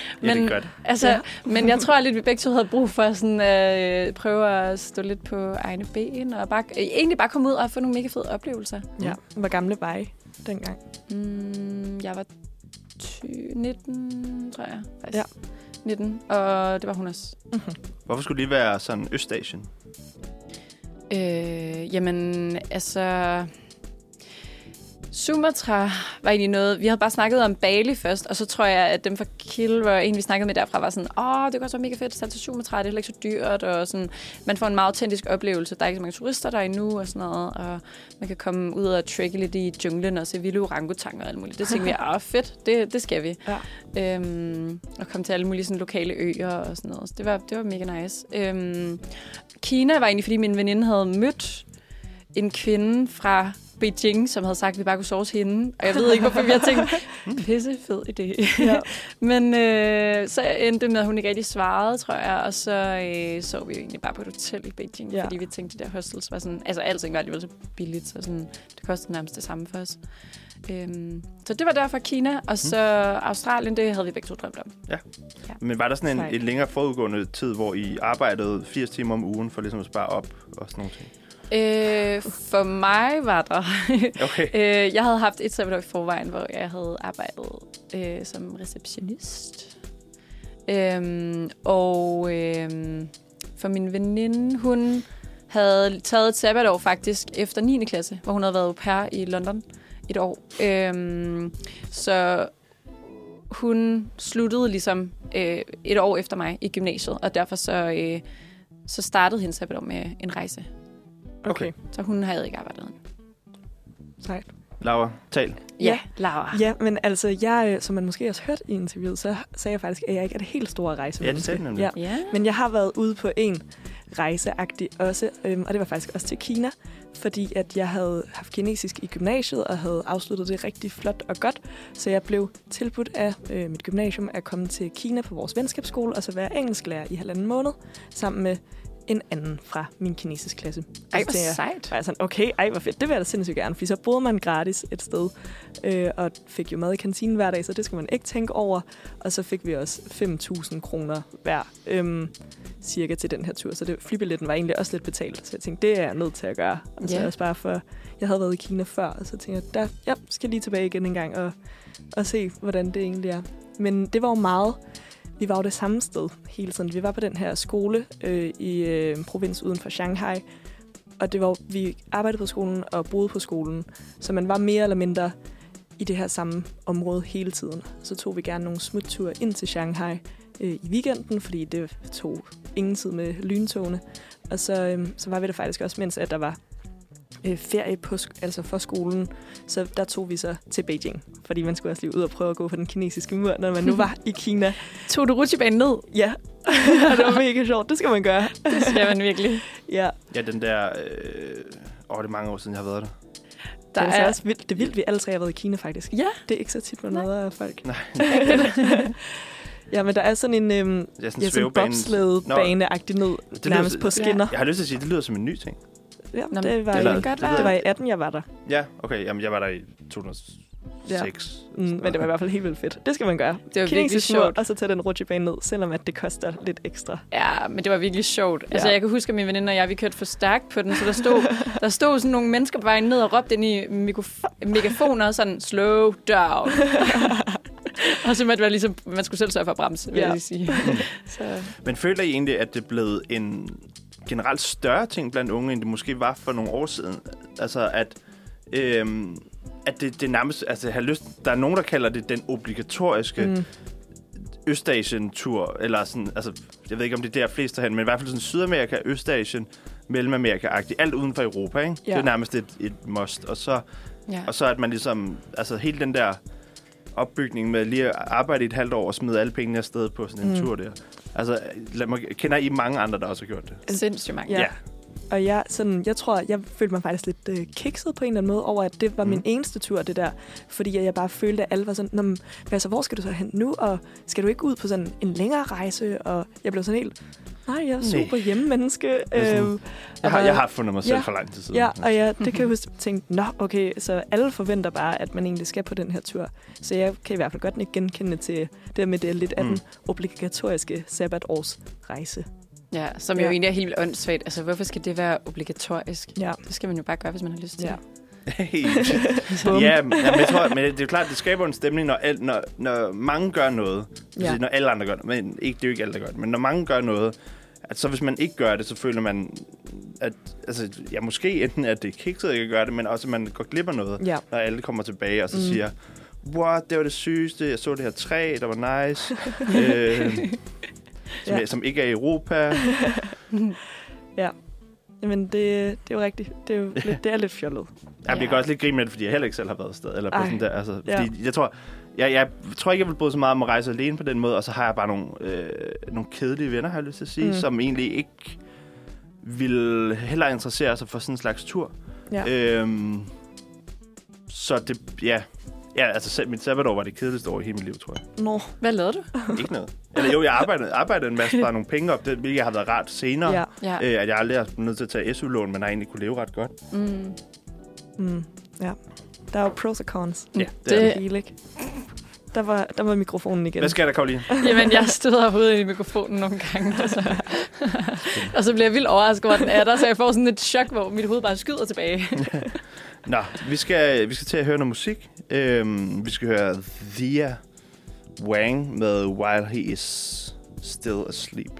Men jeg tror lidt, at vi begge to havde brug for sådan, prøve at stå lidt på egne ben. Og egentlig bare komme ud og få nogle mega fede oplevelser. Ja. Hvor gamle var I dengang? Jeg var 19, tror jeg. Faktisk. Ja. 19, og det var hun også. Hvorfor skulle det være sådan Østasien? Jamen, altså... Sumatra var egentlig noget... Vi havde bare snakket om Bali først, og så tror jeg, at dem fra Kilroy, en vi snakkede med derfra, var sådan, det kan også være mega fedt at tage til Sumatra, det er heller ikke så dyrt, og sådan, man får en meget autentisk oplevelse. Der er ikke så mange turister der endnu, og sådan noget, og man kan komme ud og trække lidt i junglen og se vilde orangutanger og alt muligt. Det tænkte vi, fedt, det skal vi. Ja. Og komme til alle mulige sådan, lokale øer og sådan noget. Så det var mega nice. Kina var egentlig, fordi min veninde havde mødt en kvinde fra Beijing, som havde sagt, at vi bare kunne sove hos hende. Og jeg ved ikke, hvorfor vi har tænkt, pisse fed idé. Ja. Men så endte det med, at hun ikke rigtig svarede, tror jeg. Og så sov vi jo egentlig bare på et hotel i Beijing, fordi vi tænkte, at de der hostels var sådan... Altså, alting var alligevel så billigt, så sådan, det kostede nærmest det samme for os. Så det var derfor Kina, og så Australien, det havde vi begge to drømt om. Ja. Men var der sådan en længere forudgående tid, hvor I arbejdede 80 timer om ugen for ligesom at spare op og sådan nogle ting? For mig var der. Okay. Jeg havde haft et sabbatår i forvejen, hvor jeg havde arbejdet som receptionist. For min veninde, hun havde taget et sabbatår faktisk efter 9. klasse, hvor hun havde været au pair i London et år. Så hun sluttede ligesom et år efter mig i gymnasiet, og derfor så startede hendes sabbatår med en rejse. Okay. Så hun havde ikke arbejdet. Sejt. Laura, tal. Ja, Laura. Ja, men altså, jeg, som man måske også hørt i interviewet, så sagde jeg faktisk, at jeg ikke er det helt store rejsemenneske. Ja, det sagde ja. Men jeg har været ude på en rejseagtig også, og det var faktisk også til Kina, fordi at jeg havde haft kinesisk i gymnasiet og havde afsluttet det rigtig flot og godt, så jeg blev tilbudt af mit gymnasium at komme til Kina på vores venskabsskole og så være engelsklærer i 1,5 måned sammen med en anden fra min kinesisk klasse. Ej, hvor sejt. Og jeg sådan, okay, hvor fedt. Det vil jeg da sindssygt gerne, fordi så boede man gratis et sted, og fik jo mad i kantinen hver dag, så det skal man ikke tænke over. Og så fik vi også 5.000 kroner hver cirka til den her tur, så flybilletten var egentlig også lidt betalt. Så jeg tænkte, det er jeg nødt til at gøre. Og så også bare for, jeg havde været i Kina før, og så tænkte jeg, skal lige tilbage igen en gang og se, hvordan det egentlig er. Men det var jo meget. Vi var jo det samme sted hele tiden. Vi var på den her skole i en provins uden for Shanghai, og vi arbejdede på skolen og boede på skolen, så man var mere eller mindre i det her samme område hele tiden. Så tog vi gerne nogle smutture ind til Shanghai i weekenden, fordi det tog ingen tid med lyntogene. Og så var vi der faktisk også, mens at der var ferie altså for skolen, så der tog vi så til Beijing, fordi man skulle også lige ud og prøve at gå på den kinesiske mur, når man nu var i Kina. Tog du rutsjebanen ned? Ja, det var mega sjovt. Det skal man gøre. Det skal man virkelig. Ja. Ja, den der... det er mange år siden, jeg har været der. Det er også vildt. Det er vildt, vi alle tre har været i Kina, faktisk. Ja. Det er ikke så tit, man møder af folk. Nej. Ja, men der er sådan en sådan bobslæde-bane-agtig ned, nærmest på skinner. Jeg har lyst til at sige, at det lyder som en ny ting. Ja, det var i 18, jeg var der. Ja, okay. Jamen, jeg var der i 2006. Men det var i hvert fald helt vildt fedt. Det skal man gøre. Det var virkelig sjovt. Og så tage den rutsjebane ned, selvom at det koster lidt ekstra. Ja, men det var virkelig sjovt. Ja. Altså, jeg kan huske, at min veninde og jeg, vi kørte for stærkt på den, så der stod sådan nogle mennesker på vejen ned og råbte ind i megafoner, sådan, slow down. Og så måtte det ligesom, man skulle selv sørge for at bremse, vil jeg sige. Så. Men føler I egentlig, at det er blevet en generelt større ting blandt unge, end det måske var for nogle år siden? Altså, at det nærmest... Altså, der er nogen, der kalder det den obligatoriske Østasien-tur, eller sådan... Altså, jeg ved ikke, om det er der flest hen, men i hvert fald sådan Sydamerika, Østasien, Mellemamerika-agtigt. Alt uden for Europa, ikke? Ja. Det er nærmest et must. Og så at man ligesom... Altså, hele den der opbygning med lige at arbejde i et halvt år og smide alle pengene afsted på sådan en tur der. Altså, kender I mange andre, der også har gjort det? Sindssygt mange. Ja. Og jeg tror, jeg følte mig faktisk lidt kikset på en eller anden måde over, at det var min eneste tur, det der. Fordi jeg bare følte, at alle var sådan, hvor skal du så hen nu? Og skal du ikke ud på sådan en længere rejse? Og jeg blev sådan helt, nej, jeg er super hjemmemenneske. Jeg har fundet mig selv for lang tid siden. Ja, og det kan jeg huske, tænke, okay, så alle forventer bare, at man egentlig skal på den her tur. Så jeg kan i hvert fald godt ikke genkende til det med det lidt af den obligatoriske sabbatårsrejse. Ja, som jo egentlig er helt vildt åndssvagt. Altså, hvorfor skal det være obligatorisk? Ja. Det skal man jo bare gøre, hvis man har lyst til. Ja. Ja, men jeg tror, men det er jo klart, det skaber en stemning, når mange gør noget. Sige, når alle andre gør det. Men det er jo ikke alle, der gør det. Men når mange gør noget, at så hvis man ikke gør det, så føler man, at måske enten at det er kikset ikke at gøre det, men også at man går glip af noget, når alle kommer tilbage og så siger, wow, det var det sygeste, jeg så det her træ, der var nice. Som ikke er i Europa. Ja. Jamen, det er jo rigtigt. Det er lidt fjollet. Jeg kan også lidt grine med det, fordi jeg heller ikke selv har været afsted. Eller på sådan der. Altså, fordi jeg tror ikke, jeg vil bryde så meget om at rejse alene på den måde, og så har jeg bare nogle kedelige venner, har jeg lyst til at sige, som egentlig ikke vil heller interessere sig for sådan en slags tur. Ja. Så det, Ja, altså mit sabbatår var det kedeligste år i hele mit liv, tror jeg. Nå, hvad lavede du? Ikke noget. Eller jo, jeg arbejdede en masse, bare nogle penge op, hvilket har været rart senere. Ja. At jeg aldrig har nødt til at tage SU-lån, men jeg egentlig kunne leve ret godt. Ja, der er jo pros og cons. Ja, det er hele, ikke? Der var mikrofonen igen. Hvad sker der, Karoline? Jamen, jeg stod hovedet i mikrofonen nogle gange. Og så bliver jeg vildt overrasket over, den er der, så jeg får sådan et chok, hvor mit hoved bare skyder tilbage. Nå, vi skal til at høre noget musik. Vi skal høre Thea Wang med While He Is Still Asleep.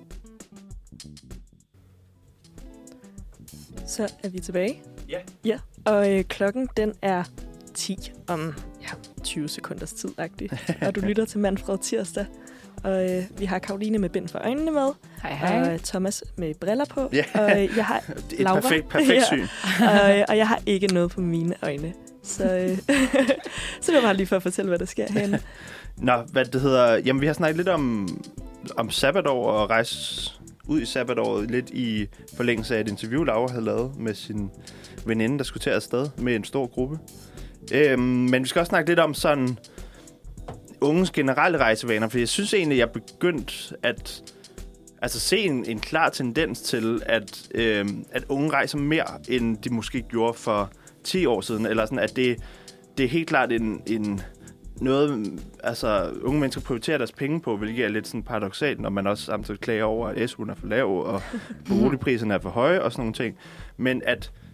Så er vi tilbage. Ja. Ja, og klokken den er 10 om 20 sekunders tid-agtigt. Og du lytter til Manfred Tirsdag. Og vi har Karoline med bind for øjnene med. Hej. Og Thomas med briller på. Ja. Og jeg har Laura. Perfekt syn. Og jeg har ikke noget på mine øjne. Så det var bare lige for at fortælle, hvad der sker herinde. Nå, hvad det hedder... Jamen, vi har snakket lidt om sabbatår og rejse ud i sabbatåret. Lidt i forlængelse af et interview, Laura havde lavet med sin veninde, der skulle tage afsted med en stor gruppe. Men vi skal også snakke lidt om sådan unges generelle rejsevaner, for jeg synes egentlig, jeg er begyndt at se en klar tendens til, at unge rejser mere, end de måske gjorde for 10 år siden. Eller sådan, at det er helt klart en noget, unge mennesker prioriterer deres penge på, hvilket er lidt sådan paradoksalt, når man også samtidig klager over, at SU'en er for lav, og boligpriserne er for høje, og sådan nogle ting. Men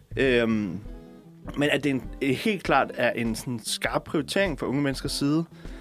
at det helt klart er en sådan skarp prioritering fra unge menneskers side,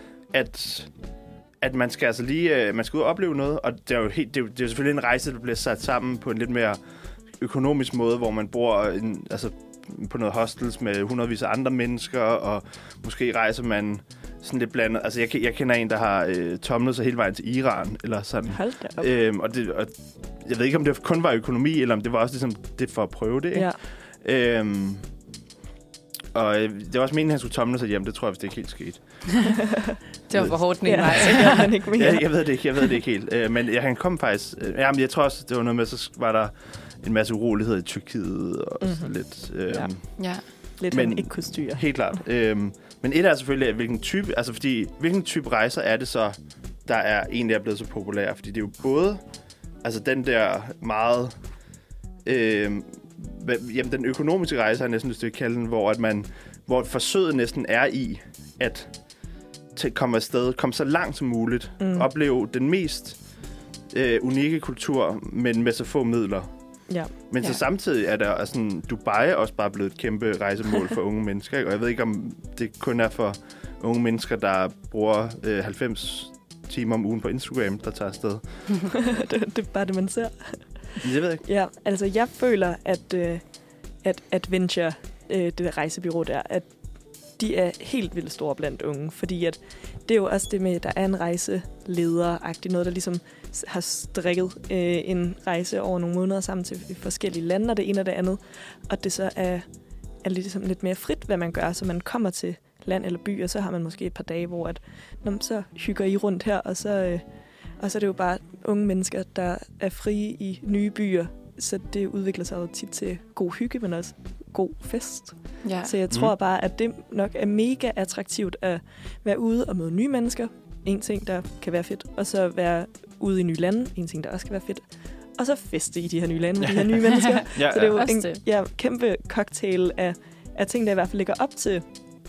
at man skal man skal ud og opleve noget, og det er jo selvfølgelig en rejse, der bliver sat sammen på en lidt mere økonomisk måde, hvor man bor på noget hostels med hundredvis af andre mennesker, og måske rejser man sådan lidt blandet. Altså, jeg kender en, der har tomlet sig hele vejen til Iran, eller sådan. Hold da op. Og jeg ved ikke, om det kun var økonomi, eller om det var også ligesom det for at prøve det, ikke? Ja. Og det var også meningen, at han skulle tomle sig hjem. Det tror jeg, hvis det ikke helt skete. Det var for hårdt den ene vej. Jeg ved det ikke helt. Men han kom faktisk... men jeg tror også, det var noget med, så var der en masse uroligheder i Tyrkiet og sådan lidt... Lidt, han ikke kunne styre. Helt klart. Men et er selvfølgelig, hvilken type rejser er det så, der er egentlig er blevet så populær? Fordi det er jo både den der meget... den økonomiske rejse er næsten et stykke kalden, hvor forsøget næsten er i at komme afsted, komme så langt som muligt, opleve den mest unikke kultur, men med så få midler. Ja. Men så samtidig er der Dubai også bare blevet et kæmpe rejsemål for unge mennesker, ikke? Og jeg ved ikke, om det kun er for unge mennesker, der bruger 90 timer om ugen på Instagram, der tager afsted. Det er bare det, man ser. Jeg ved ikke. Ja, jeg føler, at Adventure, det rejsebyrå der, at de er helt vildt store blandt unge, fordi at det er jo også det med, at der er en rejseleder-agtig noget, der ligesom har strikket en rejse over nogle måneder sammen til forskellige lande, og det ene og det andet, og det så er ligesom lidt mere frit, hvad man gør, så man kommer til land eller by, og så har man måske et par dage, hvor at, så hygger I rundt her, og så er det jo bare unge mennesker, der er frie i nye byer, så det udvikler sig jo tit til god hygge, men også god fest. Ja. Så jeg tror bare, at det nok er mega attraktivt at være ude og møde nye mennesker. En ting, der kan være fedt. Og så være ude i nye lande. En ting, der også kan være fedt. Og så feste i de her nye lande med de her nye mennesker. Så det er jo en kæmpe cocktail af ting, der i hvert fald ligger op til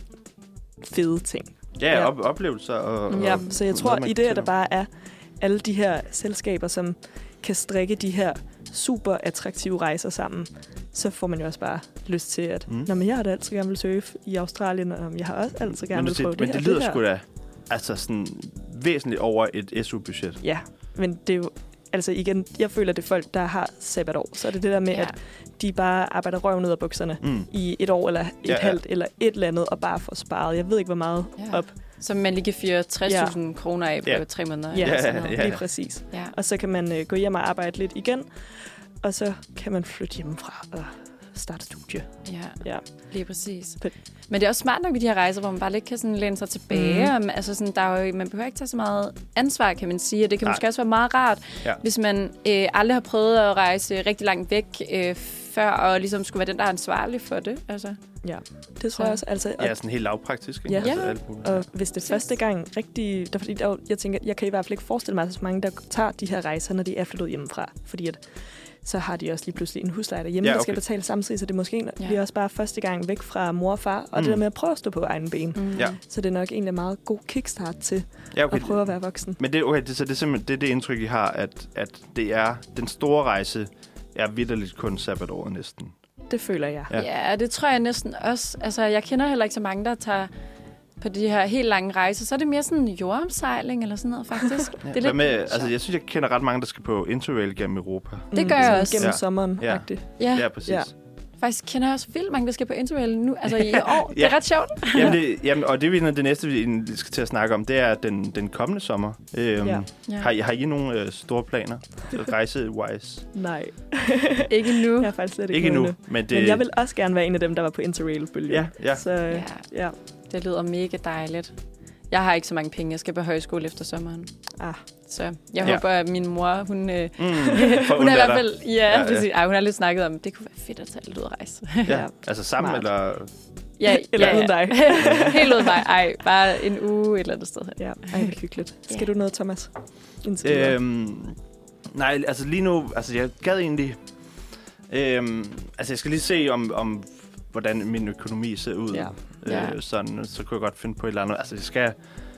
fede ting. Ja, oplevelser. Og så jeg tror, i det, at der bare er alle de her selskaber, som kan strikke de her super attraktive rejser sammen, så får man jo også bare lyst til, at jeg har da altid gerne vil surfe i Australien, og jeg har også altid gerne vil prøve det her. Men det lyder sgu da sådan væsentligt over et SU-budget. Ja, men det er jo, igen, jeg føler, det er folk, der har sabbatår. Så er det der med, at de bare arbejder røven ud af bukserne i et år, eller et halvt, eller et eller andet, og bare får sparet. Jeg ved ikke, hvor meget op. Så man lige kan fyre 60.000 kroner af på 3 måneder. Ja, lige præcis. Ja. Og så kan man gå hjem og arbejde lidt igen, og så kan man flytte hjemmefra og starte studie. Ja, lige præcis. Men det er også smart nok med de her rejser, hvor man bare lidt kan sådan læne sig tilbage. Der er jo, man behøver ikke tage så meget ansvar, kan man sige. Og det kan måske også være meget rart, hvis man aldrig har prøvet at rejse rigtig langt væk før, og ligesom skulle være den, der er ansvarlig for det. Ja, det tror jeg også. Sådan helt lavpraktisk. Ja, og hvis det første gang rigtig... Jeg tænker, jeg kan i hvert fald ikke forestille mig, at så mange, der tager de her rejser, når de er flyttet hjemmefra. Fordi at så har de også lige pludselig en husleje derhjemme, der skal betale samtidig, så det måske bliver også bare første gang væk fra mor og far, og det der med at prøve at stå på egen ben. Så det er nok egentlig en meget god kickstart til at prøve at være voksen. Men det er simpelthen det indtryk, I har, at det er den store rejse, er vitterligt kun sabbatåret næsten. Det føler jeg. Ja, det tror jeg næsten også. Jeg kender heller ikke så mange, der tager på de her helt lange rejser, så er det mere sådan jordomsejling eller sådan noget, faktisk. Ja. Det er lidt med, altså, jeg synes, jeg kender ret mange, der skal på Interrail gennem Europa. Det gør jeg også. Gennem sommeren, faktisk. Ja, præcis. Ja. Faktisk kender jeg også vildt mange, der skal på Interrail nu, altså i år. Det er ret sjovt. Jamen, og det næste, vi skal til at snakke om, det er den kommende sommer. Har I nogle store planer, rejse-wise? Nej. Ikke nu. Jeg har faktisk slet ikke nu. Men jeg vil også gerne være en af dem, der var på Interrail-bølgen. Ja. Så, ja. Det lyder mega dejligt. Jeg har ikke så mange penge. Jeg skal på højskole efter sommeren. Så jeg håber, at min mor, hun er i hvert fald... præcis. Hun har lidt snakket om, det kunne være fedt at tage lidt ud og rejse. Altså sammen, eller... Eller uden dig. Helt uden mig. Ej, bare en uge et eller andet sted. Ja, det er hyggeligt. Skal du noget, Thomas? Nej, altså lige nu... Altså, jeg gad egentlig... altså, jeg skal lige se om hvordan min økonomi ser ud. Sådan, så kunne jeg godt finde på et eller andet. Altså, jeg skal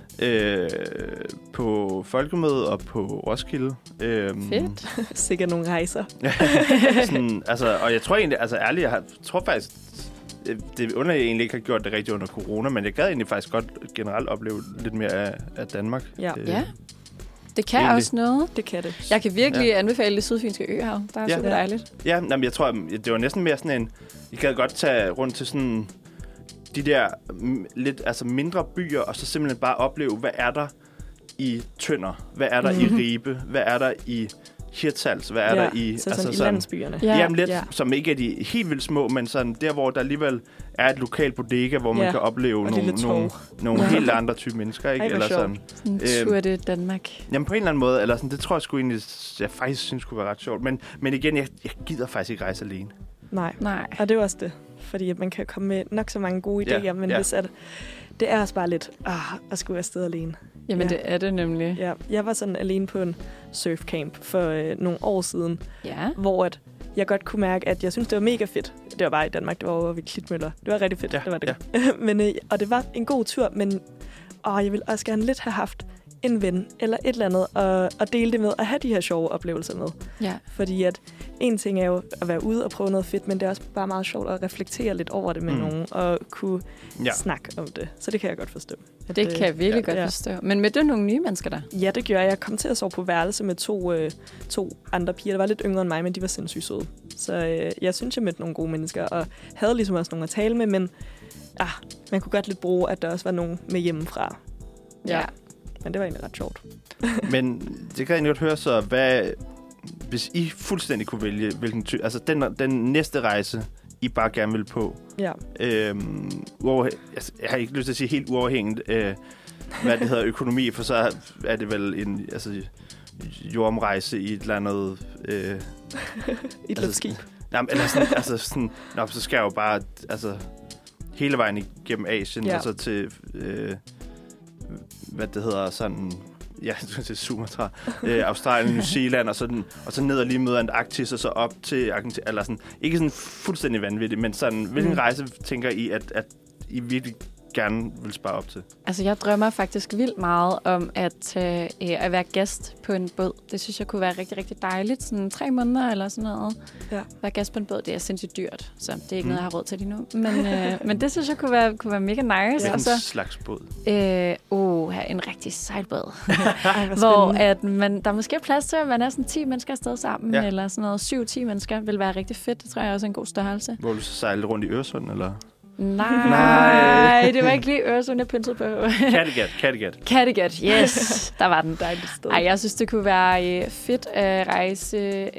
på Folkemøde og på Roskilde. Fedt. Sikkert nogle rejser. Sådan, altså, og jeg tror egentlig, altså ærligt, jeg tror faktisk, det under jeg egentlig ikke har gjort det rigtigt under corona, men jeg gad egentlig faktisk godt generelt opleve lidt mere af Danmark. Ja. Det kan egentlig også noget. Det kan det. Jeg kan virkelig anbefale det Sydfynske Øhav. Der er super dejligt. Ja, jamen, jeg tror, det var næsten mere sådan en... Jeg gad godt tage rundt til sådan de der lidt altså mindre byer, og så simpelthen bare opleve, hvad er der i Tønder? Hvad er der i Ribe? Hvad er der i Hirtshals? Hvad er der i... Så sådan i landsbyerne. Jamen lidt, som ikke er de helt vildt små, men sådan der, hvor der alligevel er et lokalt bodega, hvor man kan opleve nogle helt andre typer mennesker, ikke? Eller sådan. Tour de Danmark. Jamen på en eller anden måde, eller sådan, det tror jeg sgu egentlig, jeg faktisk synes kunne være ret sjovt. Men igen, jeg gider faktisk ikke rejse alene. Nej. Og det er også det. Fordi man kan komme med nok så mange gode idéer, men hvis det er også bare lidt at skulle afsted alene. Jamen det er det nemlig. Ja. Jeg var sådan alene på en surfcamp for nogle år siden, hvor at jeg godt kunne mærke, at jeg synes det var mega fedt. Det var bare i Danmark, det var over ved Klitmøller. Det var rigtig fedt, det var det. Men, og det var en god tur, men jeg ville også gerne lidt have haft en ven eller et eller andet og dele det med og have de her sjove oplevelser med. Ja. Fordi at en ting er jo at være ude og prøve noget fedt, men det er også bare meget sjovt at reflektere lidt over det med nogen og kunne snakke om det. Så det kan jeg godt forstå. Det kan jeg virkelig godt forstå. Men mødte du nogle nye mennesker der? Ja, det gjorde jeg. Jeg kom til at sove på værelse med to andre piger, der var lidt yngre end mig, men de var sindssygt søde. Så jeg synes, jeg mødte nogle gode mennesker og havde ligesom også nogle at tale med, men man kunne godt lidt bruge, at der også var nogen med hjemmefra. Ja. Men det var egentlig ret sjovt. Men det kan jeg egentlig godt høre så, hvis I fuldstændig kunne vælge, hvilken altså den næste rejse, I bare gerne vil på. Ja. Jeg har ikke lyst til at sige helt uafhængigt, hvad det hedder økonomi, for så er det vel en jordomrejse i et eller andet... I et skib. Eller sådan, så skal jeg jo bare hele vejen igennem Asien, og så til... hvad det hedder, sådan... Ja, til Sumatra, Australien, New Zealand, og så ned og lige møde Antarktis, og så op til Argentina, eller sådan, ikke sådan fuldstændig vanvittigt, men sådan, hvilken rejse tænker I, at I virkelig gerne vil spare op til? Altså, jeg drømmer faktisk vildt meget om at være gæst på en båd. Det synes jeg kunne være rigtig, rigtig dejligt. Sådan 3 måneder eller sådan noget. Ja. Være gæst på en båd, det er sindssygt dyrt, så det er ikke noget, jeg har råd til lige nu. Men det synes jeg kunne være mega nice. Hvilken slags båd? En rigtig sejlbåd. Hvor at der måske er plads til, at man er sådan 10 mennesker afsted sammen, eller sådan noget 7-10 mennesker, vil være rigtig fedt. Det tror jeg også er en god størrelse. Hvor du så sejle rundt i Øresund, eller? Nej, det var ikke lige Øresund, jeg pyntede på. Kattegat, yes. Der var den. Dejligt sted. Ej, jeg synes, det kunne være fedt at rejse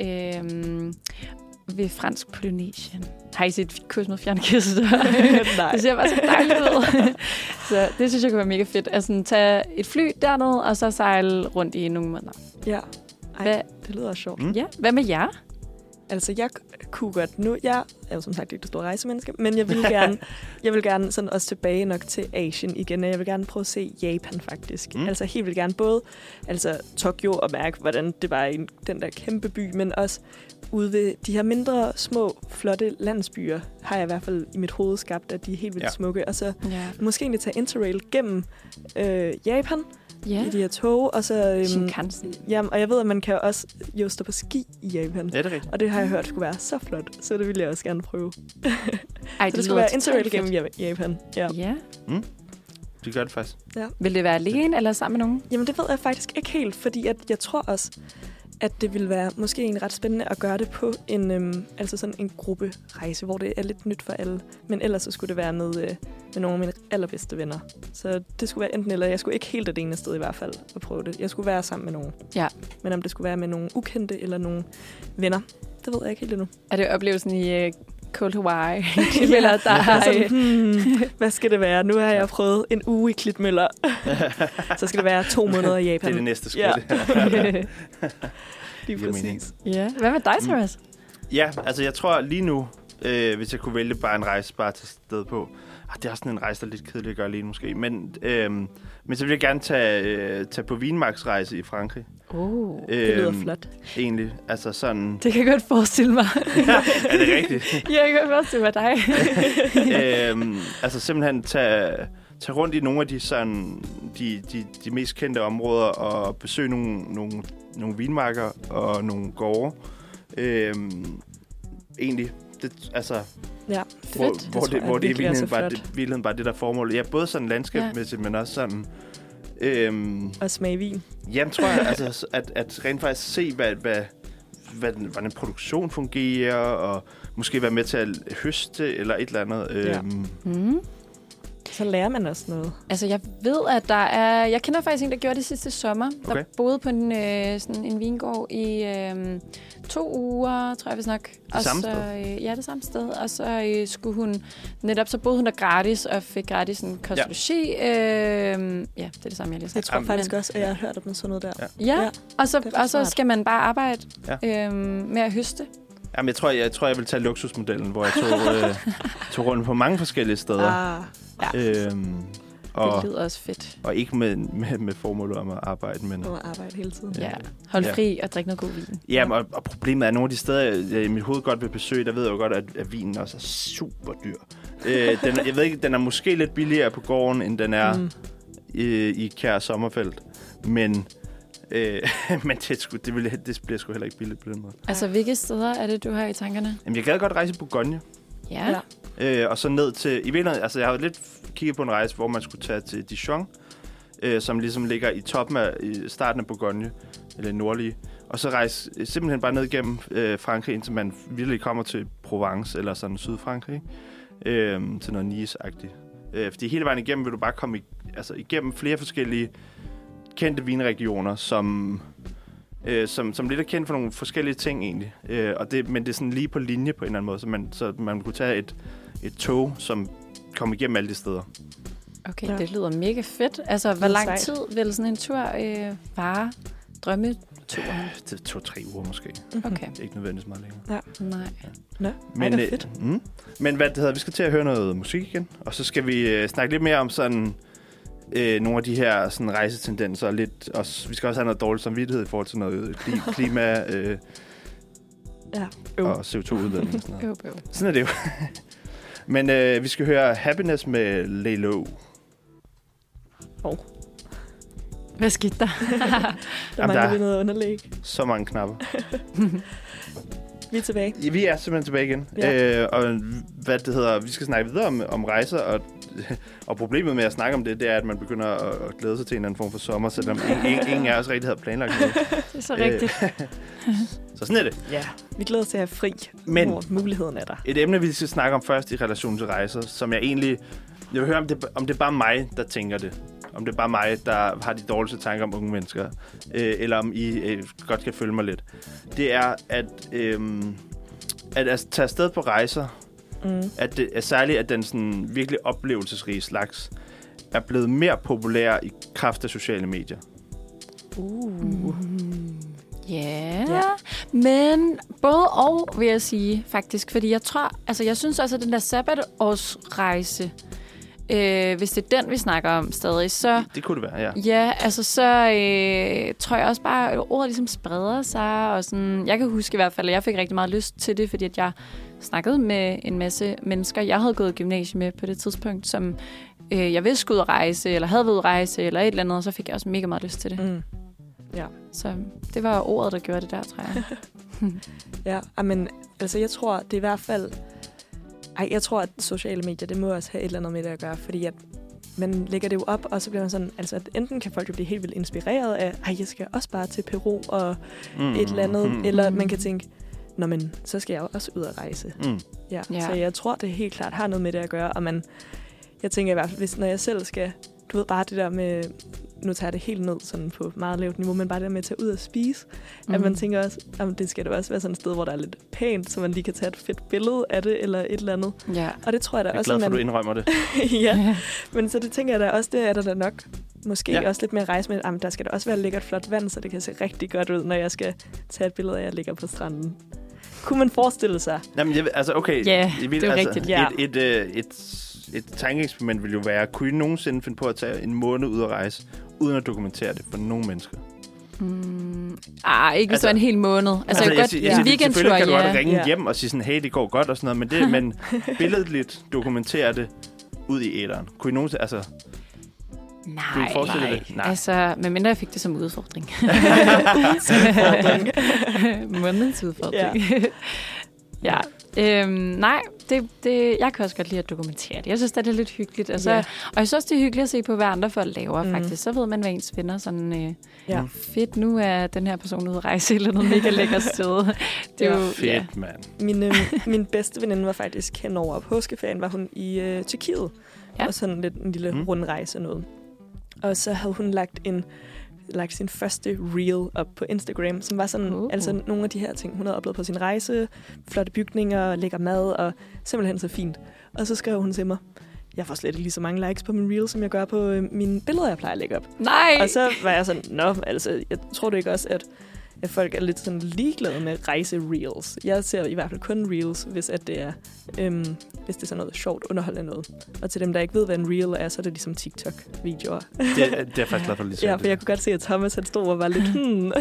ved fransk Polynesien. Har I set Kys med fjernkyster? Nej. Det ser bare så dejligt ud. Så det synes jeg kunne være mega fedt. Altså tage et fly dernede, og så sejle rundt i nogle måneder. Ja. Det lyder sjovt. Ja. Hvad med jer? Altså, jeg kunne godt nu... Jeg er jo som sagt ikke det store rejsemenneske, men jeg vil gerne sådan også tilbage nok til Asien igen, og jeg vil gerne prøve at se Japan faktisk. Altså, helt vil gerne både Tokyo og mærke, hvordan det var i den der kæmpe by, men også ude ved de her mindre, små, flotte landsbyer, har jeg i hvert fald i mit hoved skabt, at de er helt vildt smukke. Og så måske egentlig tage Interrail gennem Japan, i de her tog, og så... Shinkansen. Jamen, og jeg ved, at man kan også stå på ski i Japan. Ja, det er rigtigt. Og det har jeg hørt skulle være så flot, så det ville jeg også gerne prøve. Ej, så det skulle være Interrail gennem Japan. Ja. Det gør det faktisk. Ja. Vil det være alene eller sammen med nogen? Jamen, det ved jeg faktisk ikke helt, fordi jeg tror også, at det ville være måske en ret spændende at gøre det på en, altså sådan en grupperejse, hvor det er lidt nyt for alle. Men ellers så skulle det være med nogle af mine allerbedste venner. Så det skulle være enten eller. Jeg skulle ikke helt det ene sted i hvert fald at prøve det. Jeg skulle være sammen med nogen. Ja. Men om det skulle være med nogle ukendte eller nogle venner, det ved jeg ikke helt endnu. Er det oplevelsen i Cold Hawaii? Klitmøller, der har... Hvad skal det være? Nu har jeg prøvet en uge i Klitmøller. Så skal det være 2 måneder i Japan. Det er det næste skridt. Ja. Lige præcis. Ja. Hvad med dig, Thomas? Ja, altså jeg tror lige nu, hvis jeg kunne vælge bare en rejse bare til sted på. Det er også sådan en rejse, der er lidt kedelig at gøre alene måske. Men så vil jeg gerne tage på vinmarksrejse i Frankrig. Det lyder flot. Egentlig, altså sådan... Det kan jeg godt forestille mig. Er det rigtigt? Ja, jeg kan godt forestille mig dig. Altså simpelthen tage rundt i nogle af de sådan de mest kendte områder og besøge nogle vinmarker og nogle gårde. Egentlig, det, altså... Ja, hvor det er virkeligheden bare det der formål. Ja, både sådan landskabsmæssigt, men også sådan... og smage vin. Jamen, tror jeg, altså, at rent faktisk se, hvordan en produktion fungerer, og måske være med til at høste, eller et eller andet. Så lærer man også noget. Altså, jeg ved, at der er... Jeg kender faktisk en, der gjorde det sidste sommer. Okay. Der boede på sådan en vingård i 2 uger, tror jeg vist nok. Det samme sted? Ja, det samme sted. Og så skulle hun... Netop så boede hun der gratis, og fik gratis en kostologi. Ja, det er det samme, jeg lige sagt. Jeg tror faktisk også, at jeg har hørt om sådan noget der. Ja. Og så skal man bare arbejde med at høste. Jamen, jeg tror, jeg vil tage luksusmodellen, hvor jeg tog rundt på mange forskellige steder. Det lyder også fedt. Og ikke med formål om at arbejde, men... Og arbejde hele tiden. Ja. Hold fri og drikke noget god vin. Ja, og problemet er, nogle af de steder, jeg i mit hoved godt vil besøge, der ved jeg jo godt, at vinen også er super dyr. Jeg ved ikke, den er måske lidt billigere på gården, end den er i Kjær Sommerfelt. Men det bliver sgu heller ikke billigt på den måde. Altså, hvilke steder er det, du har i tankerne? Jamen, jeg gad godt rejse i Bourgogne. Ja. Og så ned til... I virkeligheden, altså, jeg har lidt kigget på en rejse, hvor man skulle tage til Dijon, som ligesom ligger i toppen af i starten af Bourgogne, eller nordlige. Og så rejse simpelthen bare ned igennem Frankrig, indtil man virkelig kommer til Provence, eller sådan Sydfrankrig, til noget Nice-agtigt. Fordi hele vejen igennem vil du bare komme igennem flere forskellige kendte vinregioner, som lidt er kendt for nogle forskellige ting egentlig. Men det er sådan lige på linje på en eller anden måde, så man kunne tage et tog, som kommer igennem alle de steder. Okay, det lyder mega fedt. Altså, hvor lang tid vil sådan en tur vare? Drømmeturen? Det 2-3 uger måske. Okay. Ikke nødvendigvis meget længere. Ja. Nej. Nå, men det er fedt. Men hvad det hedder, vi skal til at høre noget musik igen, og så skal vi snakke lidt mere om sådan... nogle af de her sådan, rejsetendenser, og vi skal også have noget dårligt samvittighed i forhold til noget klima og CO2-udledning og sådan noget. Sådan er det jo. Men vi skal høre Happiness med Lay Low. Hvad skete der? Der mangler vi noget underlæg. Så mange knapper. Vi er tilbage. Ja, vi er simpelthen tilbage igen. Ja. Og hvad det hedder, vi skal snakke videre om rejser, og problemet med at snakke om det er, at man begynder at glæde sig til en eller anden form for sommer, selvom ingen af os rigtig havde planlagt noget. Det er så rigtigt. Så sådan er det. Ja, vi glæder os til at have fri, hvor muligheden er der. Et emne, vi skal snakke om først i relation til rejser, som jeg egentlig... Jeg vil høre, om det er bare mig, der tænker det. Om det er bare mig, der har de dårligste tanker om unge mennesker. Eller om I godt kan følge mig lidt. Det er, at tage afsted på rejser, at det er særligt, at den sådan virkelig oplevelsesrige slags er blevet mere populær i kraft af sociale medier. Ja, men både og, vil jeg sige, faktisk. Fordi jeg synes også, at den der sabbatårsrejse, hvis det er den, vi snakker om stadig, så... Det kunne det være, ja. Ja, altså så tror jeg også bare, at ordet ligesom spreder sig. Og sådan, jeg kan huske i hvert fald, at jeg fik rigtig meget lyst til det, fordi at jeg snakkede med en masse mennesker, jeg havde gået i gymnasiet med på det tidspunkt, som jeg vidste skulle ud at rejse, eller havde været at rejse, eller et eller andet, og så fik jeg også mega meget lyst til det. Ja. Så det var ordet, der gjorde det der, tror jeg. Ja, men altså jeg tror, det er i hvert fald... jeg tror, at sociale medier, det må også have et eller andet med det at gøre, fordi at man lægger det jo op, og så bliver man sådan, altså at enten kan folk jo blive helt vildt inspireret af, jeg skal også bare til Peru og et eller andet, eller man kan tænke, nå, men så skal jeg jo også ud at rejse. Ja. Så jeg tror, det helt klart har noget med det at gøre, og jeg tænker i hvert fald, når jeg selv skal, du ved, bare det der med, nu tager jeg det helt ned sådan på meget lavt niveau, men bare det der med at tage ud og spise, at man tænker også, at det skal da også være sådan et sted, hvor der er lidt pænt, så man lige kan tage et fedt billede af det, eller et eller andet. Ja. Og det tror jeg da også, jeg er glad for, at du indrømmer det. Ja, men så det tænker jeg da også, det er der da nok måske også lidt mere rejse med, der skal da også være lækkert flot vand, så det kan se rigtig godt ud, når jeg skal tage et billede af, at jeg ligger på stranden. Kunne man forestille sig? Jamen, okay. Ja, det er rigtigt. Ja. Et tankeeksperiment vil jo være, kunne I nogensinde finde på at tage en måned ud og rejse, uden at dokumentere det for nogle mennesker? Ikke hvis det var en hel måned. Altså en weekendtur, selvfølgelig kan du godt ringe hjem og sige sådan, hey, det går godt og sådan noget, men billedligt dokumentere det ud i æteren. Kunne I nogensinde, Nej. Altså, medmindre jeg fik det som udfordring. Månedens udfordring. Ja. Nej, jeg kan også godt lide at dokumentere det. Jeg synes, det er lidt hyggeligt. Altså, og jeg synes, det er hyggeligt at se på, hvad andre folk laver, faktisk. Så ved man, hvad ens venner sådan... Fedt, nu er den her person ude at rejse eller noget mega lækkert sted. Det er jo fedt, mand. Min bedste veninde var faktisk hen over påskeferien, var hun i Tyrkiet. Og sådan lidt en lille rundrejse noget. Og så havde hun lagt sin første reel op på Instagram, som var sådan, altså nogle af de her ting, hun havde oplevet på sin rejse, flotte bygninger, lækker mad, og simpelthen så fint. Og så skrev hun til mig, jeg får slet ikke lige så mange likes på min reel, som jeg gør på mine billeder, jeg plejer at lægge op. Nej! Og så var jeg sådan, altså, jeg tror du ikke også, at folk er lidt sådan ligeglade med rejse-reels. Jeg ser i hvert fald kun reels, hvis det er sådan noget sjovt, underholdende noget. Og til dem, der ikke ved, hvad en reel er, så er det ligesom TikTok-videoer. Det er faktisk glad for lige ja, for jeg kunne godt se, at Thomas han stod og var lidt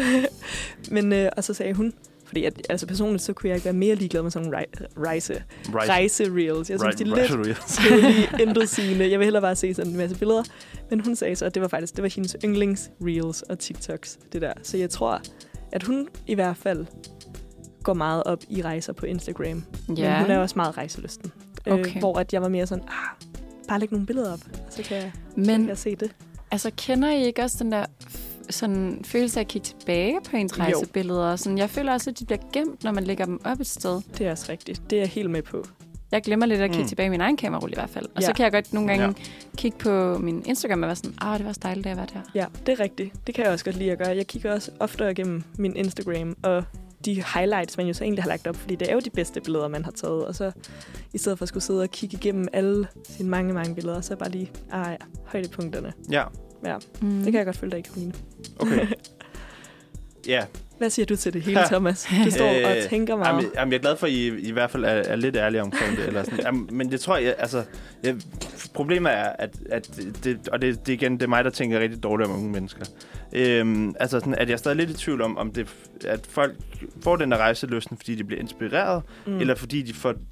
Men, og så sagde hun, fordi altså personligt, så kunne jeg ikke være mere ligeglad med sådan rejse-reels. Jeg synes, de er lidt kedelige, intetsigende. Jeg vil hellere bare se sådan en masse billeder. Men hun sagde så, at det var hendes yndlings-reels og TikToks, det der. Så jeg tror, at hun i hvert fald går meget op i rejser på Instagram. Men hun er også meget rejselysten. Hvor at jeg var mere sådan, bare læg nogle billeder op, og så kan jeg se det. Altså, kender I ikke også den der sådan følelse af at kigge tilbage på ens rejsebilleder? Sådan, jeg føler også, at de bliver gemt, når man lægger dem op et sted. Det er også rigtigt. Det er jeg helt med på. Jeg glemmer lidt at kigge tilbage i min egen kamerarulle i hvert fald. Og så kan jeg godt nogle gange kigge på min Instagram og være sådan, det var dejligt, da jeg var der. Ja, det er rigtigt. Det kan jeg også godt lide at gøre. Jeg kigger også oftere igennem min Instagram, og de highlights, man jo så egentlig har lagt op, fordi det er jo de bedste billeder, man har taget. Og så i stedet for at skulle sidde og kigge igennem alle sine mange, mange billeder, så bare lige, højdepunkterne. Ja. Det kan jeg godt følge dig i, Karoline. Okay. Ja. Hvad siger du til det hele, Thomas? Du står og tænker meget. Jeg er glad for, at I hvert fald er lidt ærlige omkring det. Eller sådan. Men det tror jeg, problemet er, at det igen, det er mig, der tænker rigtig dårligt om unge mennesker. Sådan, at jeg er stadig lidt i tvivl om det, at folk får den der rejselysten, fordi de bliver inspireret, eller fordi de får,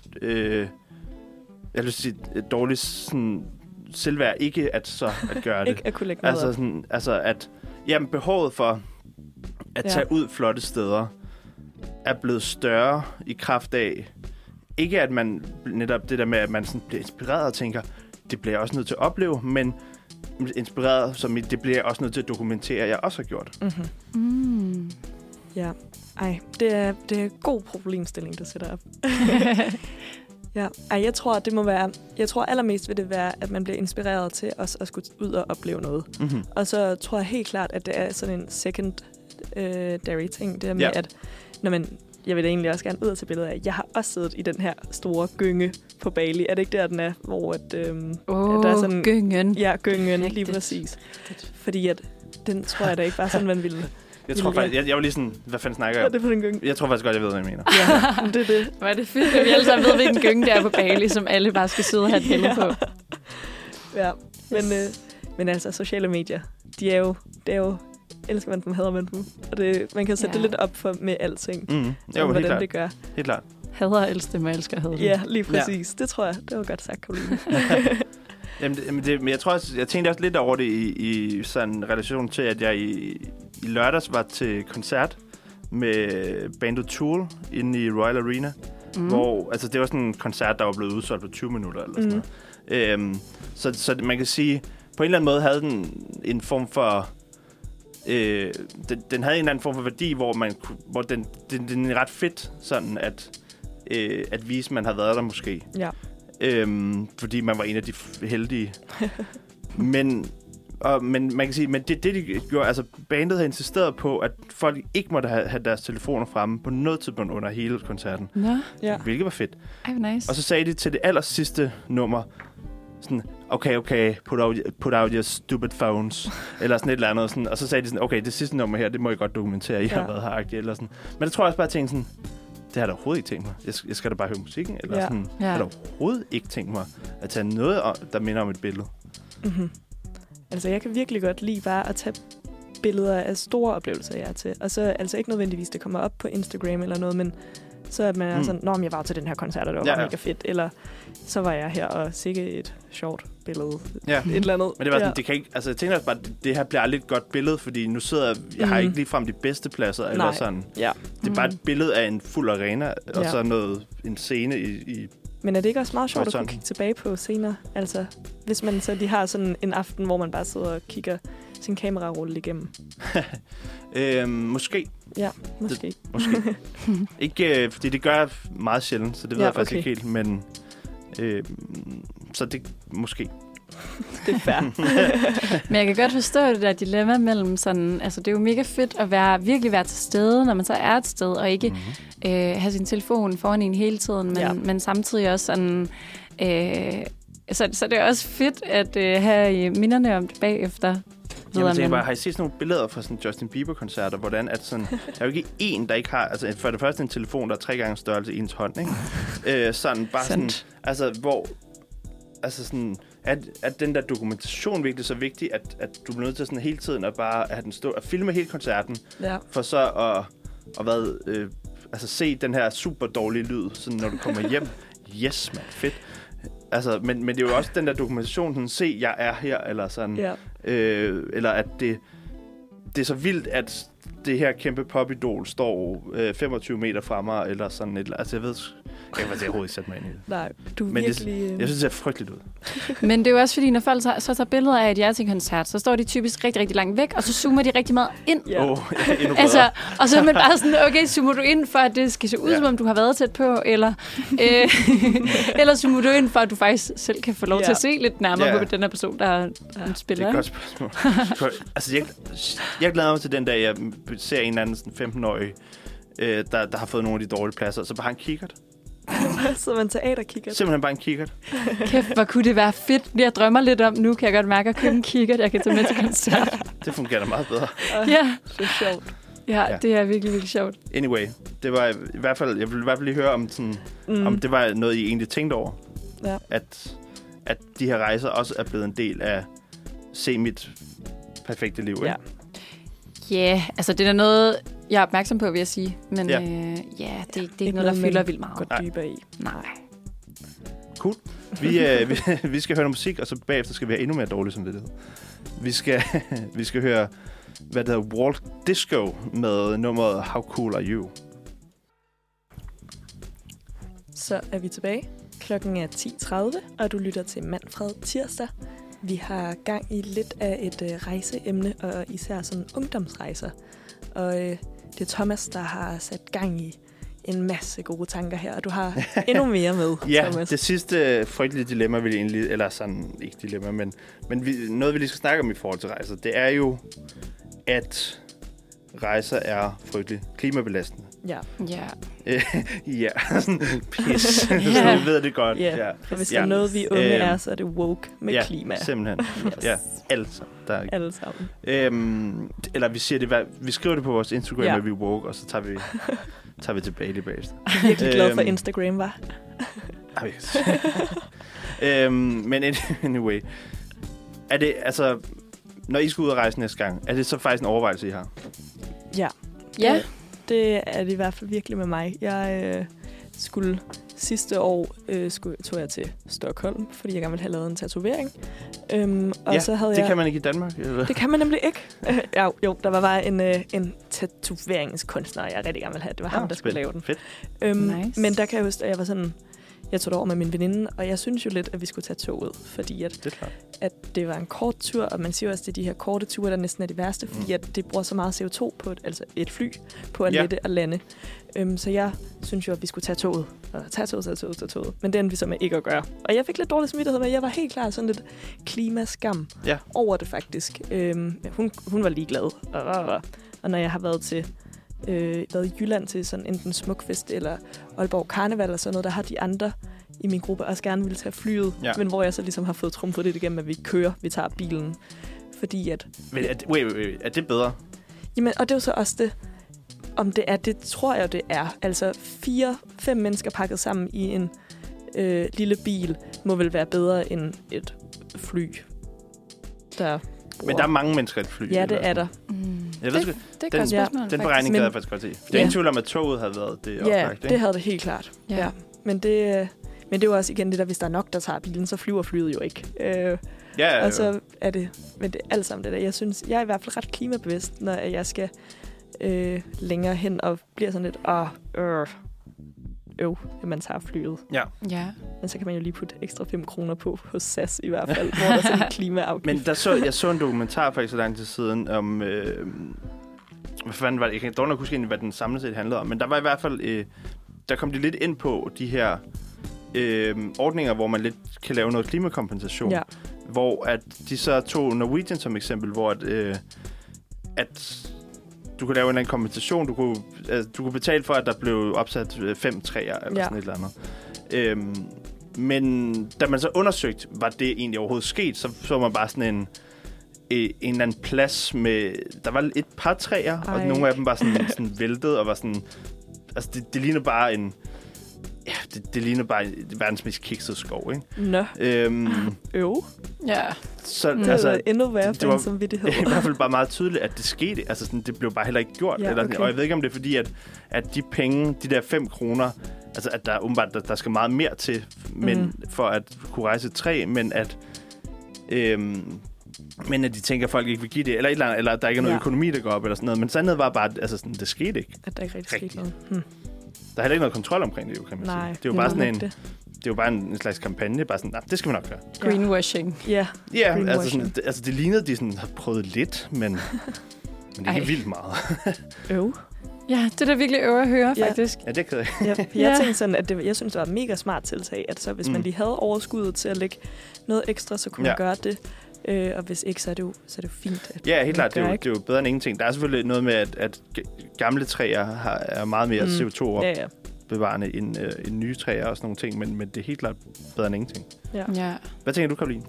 jeg vil sige, et dårligt sådan, selvværd, ikke at gøre det. Ikke at kunne lægge noget at behovet for at tage ud flotte steder er blevet større i kraft af, ikke at man netop det der med, at man sådan bliver inspireret og tænker, det bliver jeg også nødt til at opleve, men inspireret, som det bliver jeg også nødt til at dokumentere, at jeg også har gjort. Ja, det er god problemstilling, der sætter op. Jeg tror, at det må være. Jeg tror allermest vil det være, at man bliver inspireret til også at skulle ud og opleve noget. Og så tror jeg helt klart, at det er sådan en secondary ting, det med, at jeg vil da egentlig også gerne ud og tage billeder af. Jeg har også siddet i den her store gynge på Bali. Er det ikke der, den er? Hvor at der er sådan gyngen. Ja, gyngen, lige præcis. Fordi at den tror jeg da ikke bare sådan, man ville. Jeg tror faktisk, jeg var lige sådan, hvad fanden snakker jeg om? Det på den gynge. Jeg tror faktisk godt, jeg ved, hvad jeg mener. Ja, det er det. Hvor er det fedt, at vi alle sammen ved, hvilken gynge det er på Bali, som alle bare skal sidde og have et billede på. Ja, men altså, sociale medier, det er jo elsker man dem, hader man dem. Og man kan sætte det lidt op for med alting. Hvordan det gør. Helt klart. Hader og elsker dem, og elsker hader dem. Ja, lige præcis. Det tror jeg. Det var godt sagt, Karoline. Men jeg tror også, jeg tænkte også lidt over det i sådan en relation til, at jeg i lørdags var til koncert med bandet Tool inde i Royal Arena, hvor det var sådan en koncert, der var blevet udsolgt på 20 minutter eller sådan noget. Så man kan sige, på en eller anden måde havde den en form for... den havde en eller anden form for værdi, hvor den er ret fedt, sådan at vise, man har været der måske. Ja. Fordi man var en af de heldige. Men man kan sige, men det de gjorde, altså bandet havde insisteret på, at folk ikke måtte have deres telefoner fremme på noget tidspunkt under hele koncerten. Ja. Hvilket var fedt. Nice. Og så sagde de til det allersidste nummer, sådan, okay, put out your stupid phones, eller sådan et eller andet. Sådan, og så sagde de sådan, okay, det sidste nummer her, det må I godt dokumentere, I har været her, eller sådan. Men det tror jeg også bare, at tænke sådan, det har jeg da overhovedet ikke tænkt mig. Jeg skal da bare høre musikken, eller sådan. Jeg har da overhovedet ikke tænkt mig at tage noget, der minder om et billede. Mm-hmm. Altså, jeg kan virkelig godt lide bare at tage billeder af store oplevelser, jeg er til. Og så altså ikke nødvendigvis, det kommer op på Instagram eller noget, men så at man er sådan, nå, men jeg var til den her koncert, og det var mega fedt. Eller så var jeg her og sikke et sjovt billede. Ja. Et eller andet. Men det var sådan, det kan ikke, altså jeg tænker også bare, det her bliver aldrig et godt billede, fordi nu sidder jeg har ikke ligefrem de bedste pladser, eller sådan. Ja. Det er bare et billede af en fuld arena, og så en scene i men er det ikke også meget sjovt at kunne kigge tilbage på scener? Altså, hvis man så de har sådan en aften, hvor man bare sidder og kigger sin kamerarulle igennem. Måske. Ja, måske. Måske. Ikke, fordi det gør jeg meget sjældent, så det ved jeg faktisk ikke helt, men så det måske. Det er fair. Men jeg kan godt forstå det der dilemma mellem sådan, altså det er jo mega fedt at virkelig være til stede, når man så er et sted, og ikke have sin telefon foran en hele tiden, men samtidig også sådan, så det er også fedt at have minderne om det bagefter. Jeg tænker bare, har I set sådan nogle billeder fra sådan Justin Bieber-koncerter, hvordan at sådan, der er jo ikke en, der ikke har, altså for det første en telefon, der er 3 gange størrelse i ens hånd, ikke? Sådan bare sådan, altså hvor, altså sådan, at den der dokumentation virkelig så vigtig, at du bliver nødt til sådan hele tiden at bare have den at filme hele koncerten, for så at se den her super dårlige lyd, sådan når du kommer hjem. Yes, man, fedt. Altså, men det er jo også den der dokumentation, sådan, se, jeg er her, eller sådan, eller at det er så vildt, at det her kæmpe popidol står 25 meter fra mig, eller sådan et eller andet. Altså, jeg kan faktisk overhovedet ikke sætte mig ind i det. Nej, du men virkelig... jeg synes, det ser frygteligt ud. Men det er jo også fordi, når folk så tager billeder af, at jeg er til en koncert, så står de typisk rigtig, rigtig langt væk, og så zoomer de rigtig meget ind. Altså, og så er man bare sådan, okay, zoomer du ind, for at det skal se ud, som om du har været tæt på, eller zoomer du ind, for at du faktisk selv kan få lov til at se lidt nærmere på den her person, der spiller. Det er et godt spørgsmål. Altså, jeg glæder mig til den dag, jeg ser en eller anden 15-årig, der har fået nogle af de dårlige pladser, så bare han kikkert. Så man teaterkikkert. Simpelthen bare en kikkert. Kæft, hvor kunne det være fedt. Jeg drømmer lidt om nu, kan jeg godt mærke at købe en kikkert, jeg kan tage med til koncert. Det fungerer da meget bedre. Ja. Det er sjovt. Ja, det er virkelig, virkelig sjovt. Anyway, det var i hvert fald, jeg ville i hvert fald lige høre om sådan, om det var noget, I egentlig tænkte over. Ja. At de her rejser også er blevet en del af se mit perfekte liv, ikke? Ja, altså det er noget, jeg er opmærksom på, vil jeg sige. Men det er ikke noget, der fylder vildt meget. Gå dybere i. Nej. Cool. Vi skal høre noget musik, og så bagefter skal vi have endnu mere dårligt samvittighed. Vi skal høre, hvad der hedder Walt Disco med nummeret How Cool Are You? Så er vi tilbage. Klokken er 10:30, og du lytter til Manfred Tirsdag. Vi har gang i lidt af et rejseemne, og især sådan ungdomsrejser. Og det er Thomas, der har sat gang i en masse gode tanker her, og du har endnu mere med, Thomas. Det sidste frygtelige dilemma vil jeg egentlig, eller sådan, ikke dilemma, men noget vi lige skal snakke om i forhold til rejser, det er jo, at rejser er frygteligt klimabelastende. Ja. Ja, sådan pis. Så vi ved det godt. Ja. For hvis der er noget, vi unge er, så er det woke med klima. Simpelthen. Yes. Ja, alle sammen. Eller vi siger det, vi skriver det på vores Instagram, at vi er woke, og så tager vi tilbage lige bagefter. Jeg er virkelig glad for Instagram, var. Men anyway, er det, altså, når I skal ud og rejse næste gang, er det så faktisk en overvejelse, I har? Ja. Det er det i hvert fald virkelig med mig. Jeg skulle sidste år tog jeg til Stockholm, fordi jeg gerne ville have lavet en tatovering. Og så havde det kan man ikke i Danmark? Eller? Det kan man nemlig ikke. Der var bare en tatoveringskunstner, jeg rigtig gerne ville have. Det var ham, der skulle lave den. Fedt. Nice. Men der kan jeg huske, at jeg var sådan, Jeg tog det over med min veninde, og jeg synes jo lidt, at vi skulle tage toget, fordi at det var en kort tur, og man siger også, at det er de her korte ture, der næsten er de værste, fordi at det bruger så meget CO2 på et fly, på at lette og lande. Så jeg synes jo, at vi skulle tage toget. Og tage toget. Men det endte vi så med ikke at gøre. Og jeg fik lidt dårlig smittighed, men jeg var helt klart sådan lidt klimaskam over det faktisk. Hun var ligeglad. Og når jeg har været i Jylland til sådan enten Smukfest eller Aalborg Karneval eller sådan noget, der har de andre i min gruppe også gerne ville tage flyet, men hvor jeg så ligesom har fået trumfet det igennem, at vi kører, vi tager bilen. Fordi at... Er det bedre? Jamen, og det er jo så også det, om det er, det tror jeg det er. Altså 4-5 mennesker pakket sammen i en lille bil må vel være bedre end et fly, der... Men der er mange mennesker i et fly. Ja, det er der. Jeg ved, det er et spørgsmål, den beregning gad jeg faktisk godt se. For der er ingen tvivl om, at toget havde været det oplagt. Ja, det havde det helt klart. Ja. Men det er jo også igen det der, hvis der er nok, der tager bilen, så flyver flyet jo ikke. Og så er det, men det er alt sammen det der. Jeg synes, jeg er i hvert fald ret klimabevidst, når jeg skal længere hen og bliver sådan lidt, at man tager flyet. Ja. Men så kan man jo lige putte ekstra 5 kroner på hos SAS i hvert fald, hvor der er sådan en klimaafgift. Men jeg så en dokumentar faktisk så lang tid siden om... hvad fanden var det? Jeg kan dog nok huske, hvad den samlet set handlede om. Men der var i hvert fald... der kom de lidt ind på de her ordninger, hvor man lidt kan lave noget klimakompensation. Ja. Hvor at de så tog Norwegian som eksempel, hvor at du kunne lave en eller anden kompensation. Du kunne betale for, at der blev opsat 5 træer eller sådan et eller andet. Men da man så undersøgte, var det egentlig overhovedet sket, så man bare sådan en eller anden plads med... Der var et par træer, og nogle af dem var sådan væltet, og var sådan... Altså, det ligner bare en... Ja, det ligner bare verdens mest kiksede skov, ikke? Nå. Ja. Så, det altså, endnu værre for en samvittighed. I hvert fald bare meget tydeligt, at det skete. Altså, sådan, det blev bare heller ikke gjort. Ja, okay. Og jeg ved ikke, om det er fordi, at de penge, de der 5 kroner... Altså, at der åbenbart der skal meget mere til, for at kunne rejse et træ, men at de tænker, at folk ikke vil give det, eller et eller andet, eller at der ikke er noget økonomi, der går op, eller sådan noget. Men sandheden var bare, at sådan, det skete ikke. At der ikke rigtig skete noget. Der er heller ikke noget kontrol omkring det, jo, kan man sige. Det er jo bare sådan det er jo bare en slags kampagne, bare sådan, det skal vi nok gøre. Greenwashing. Ja, altså det lignede, de sådan har prøvet lidt, men ikke vildt meget. Ja, det er da virkelig øver at høre, faktisk. Ja, det kan jeg tænkte sådan, at jeg synes, det var et mega smart tiltag, at så hvis man lige havde overskuddet til at lægge noget ekstra, så kunne man gøre det. Og hvis ikke, så er det jo fint. Ja, helt klart. Det er jo bedre end ingenting. Der er selvfølgelig noget med, at gamle træer er meget mere CO2-bevarende end nye træer og sådan nogle ting, men det er helt klart bedre end ingenting. Ja. Hvad tænker du, Caroline?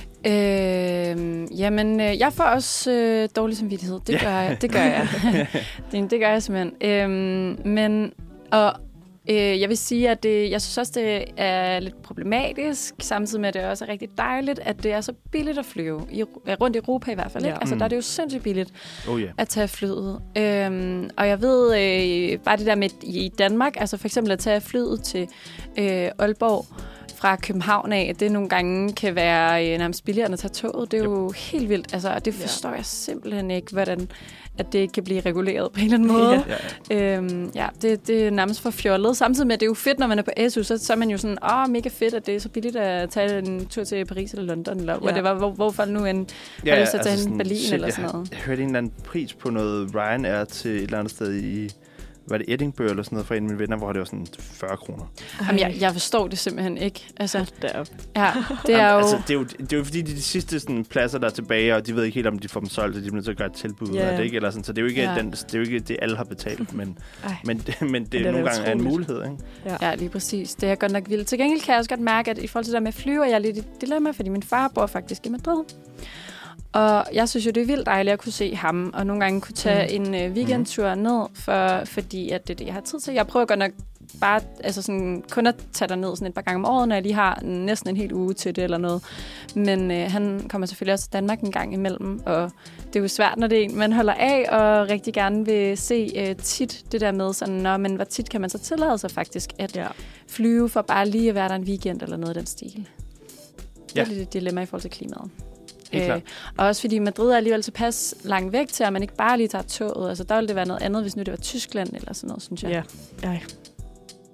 Jamen, jeg får også dårlig samvittighed. Det gør jeg. Det gør jeg simpelthen. Jeg vil sige, at jeg synes også, det er lidt problematisk, samtidig med, at det også er rigtig dejligt, at det er så billigt at flyve. Rundt i Europa i hvert fald. Ikke? Altså, der er det jo sindssygt billigt at tage flyet. Og jeg ved, bare det der med i Danmark, altså for eksempel at tage flyet til Aalborg fra København af, det nogle gange kan være nærmest billigere end at tage toget. Det er jo helt vildt. Altså, og det forstår jeg simpelthen ikke, hvordan at det ikke kan blive reguleret på en eller anden måde. Det er nærmest for fjollet. Samtidig med, at det er jo fedt, når man er på SU, så er man jo sådan, mega fedt, at det er så billigt at tage en tur til Paris eller London, eller hvorfor nu end har lyst til at tage en Berlin eller sådan noget. Jeg hørte en eller anden pris på noget Ryanair til et eller andet sted i... Var det Edinburgh eller sådan noget for en af mine venner, hvor det var sådan 40 kroner. Jamen, jeg forstår det simpelthen ikke. Altså, derop. Ja, det er jo... Altså, det er jo fordi, de sidste sådan, pladser, der er tilbage, og de ved ikke helt, om de får dem solgt, og de bliver nødt til at gøre et tilbud af det, ikke? Eller sådan, så det er jo ikke, det er jo ikke det, alle har betalt, men det er nogle gange er en mulighed, ikke? Ja, lige præcis. Det er godt nok vildt. Til gengæld kan jeg også godt mærke, at i forhold til det der med flyve, jeg er lidt i dilemma, fordi min far bor faktisk i Madrid. Og jeg synes jo, det er vildt dejligt at kunne se ham, og nogle gange kunne tage en weekendtur ned, fordi at det er det, jeg har tid til. Jeg prøver godt nok bare sådan, kun at tage derned sådan et par gange om året, når jeg lige har næsten en hel uge til det eller noget. Men han kommer selvfølgelig også til Danmark en gang imellem, og det er jo svært, når det er en, man holder af, og rigtig gerne vil se tit det der med sådan, men hvor tit kan man så tillade sig faktisk at flyve for bare lige at være der en weekend eller noget af den stil. Det er lidt et dilemma i forhold til klimaet. Og også fordi Madrid er alligevel tilpas langt væk til, at man ikke bare lige tager toget. Altså, der ville det være noget andet, hvis nu det var Tyskland eller sådan noget, synes jeg.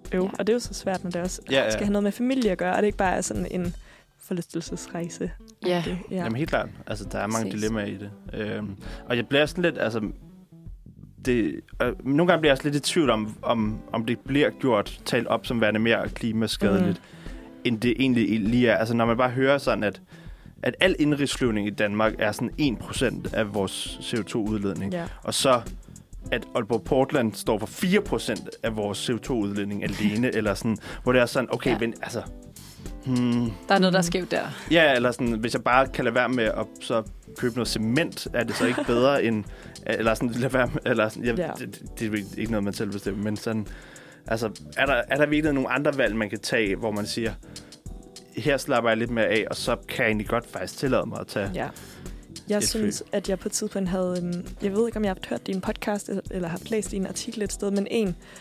Ja. Og det er jo så svært, når det også skal have noget med familie at gøre, og det ikke bare er sådan en forlystelsesrejse. Ja. Jamen helt klart. Altså, der er mange dilemmaer i det. Og jeg bliver sådan lidt, altså... nogle gange bliver jeg også lidt i tvivl om det bliver talt op som værende mere klimaskadeligt, end det egentlig lige er. Altså, når man bare hører sådan, at al indrigsflyvning i Danmark er sådan 1% af vores CO2-udledning. Ja. Og så at Aalborg Portland står for 4% af vores CO2-udledning alene, eller sådan, hvor det er sådan, okay, men altså... Der er noget, der er skævt der. Ja, eller sådan, hvis jeg bare kan lade være med at så købe noget cement, er det så ikke bedre end... Eller sådan, lade være med, eller sådan, det er ikke noget, man selv bestemmer, men sådan... Altså, er der virkelig nogle andre valg, man kan tage, hvor man siger, her slapper jeg lidt mere af, og så kan jeg egentlig godt faktisk tillade mig at tage... Ja. Jeg synes, at jeg på et tidspunkt havde... jeg ved ikke, om jeg har hørt din podcast, eller har læst din artikel et sted, men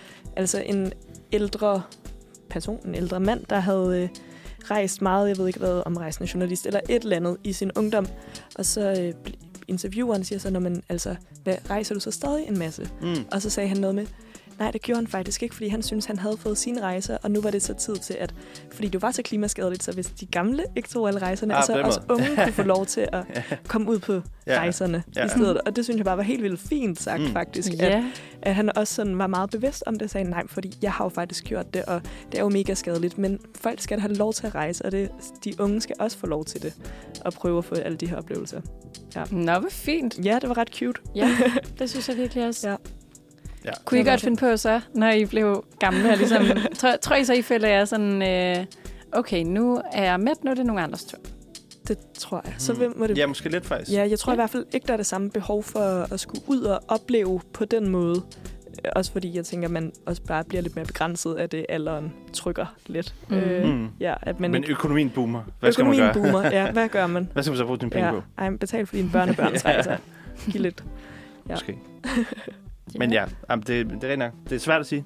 en ældre person, en ældre mand, der havde rejst meget, jeg ved ikke hvad, om rejsende journalist, eller et eller andet i sin ungdom. Og så intervieweren siger så, når man rejser du så stadig en masse? Og så sagde han noget med, nej, det gjorde han faktisk ikke, fordi han synes, han havde fået sine rejser, og nu var det så tid til, at fordi du var så klimaskadeligt, så hvis de gamle ikke tog alle rejserne, og så også unge kunne få lov til at komme ud på rejserne i stedet. Og det synes jeg bare var helt vildt fint sagt, faktisk, at han også sådan var meget bevidst om det, og sagde, nej, fordi jeg har jo faktisk gjort det, og det er jo mega skadeligt, men folk skal have lov til at rejse, og de unge skal også få lov til det, og prøve at få alle de her oplevelser. Ja. Nå, hvor fint. Ja, det var ret cute. Ja, det synes jeg virkelig også. Ja. Ja. Kunne I godt finde på så, når I blev gamle? Og ligesom, tror I så, I føler jer sådan, okay, nu er jeg mæt, nu er det nogle andres tur? Det tror jeg. Så må det... Ja, måske lidt faktisk. Ja, jeg tror i hvert fald ikke, der er det samme behov for at skulle ud og opleve på den måde. Også fordi jeg tænker, at man også bare bliver lidt mere begrænset af det, alderen trykker lidt. At man men økonomien boomer. Hvad skal man gøre? Økonomien boomer, ja. Hvad gør man? Hvad skal man så bruge dine penge på? Betal for dine børnebørns rejser. Giv lidt. Ja. Måske. Men det er rigtig nok. Det er svært at sige.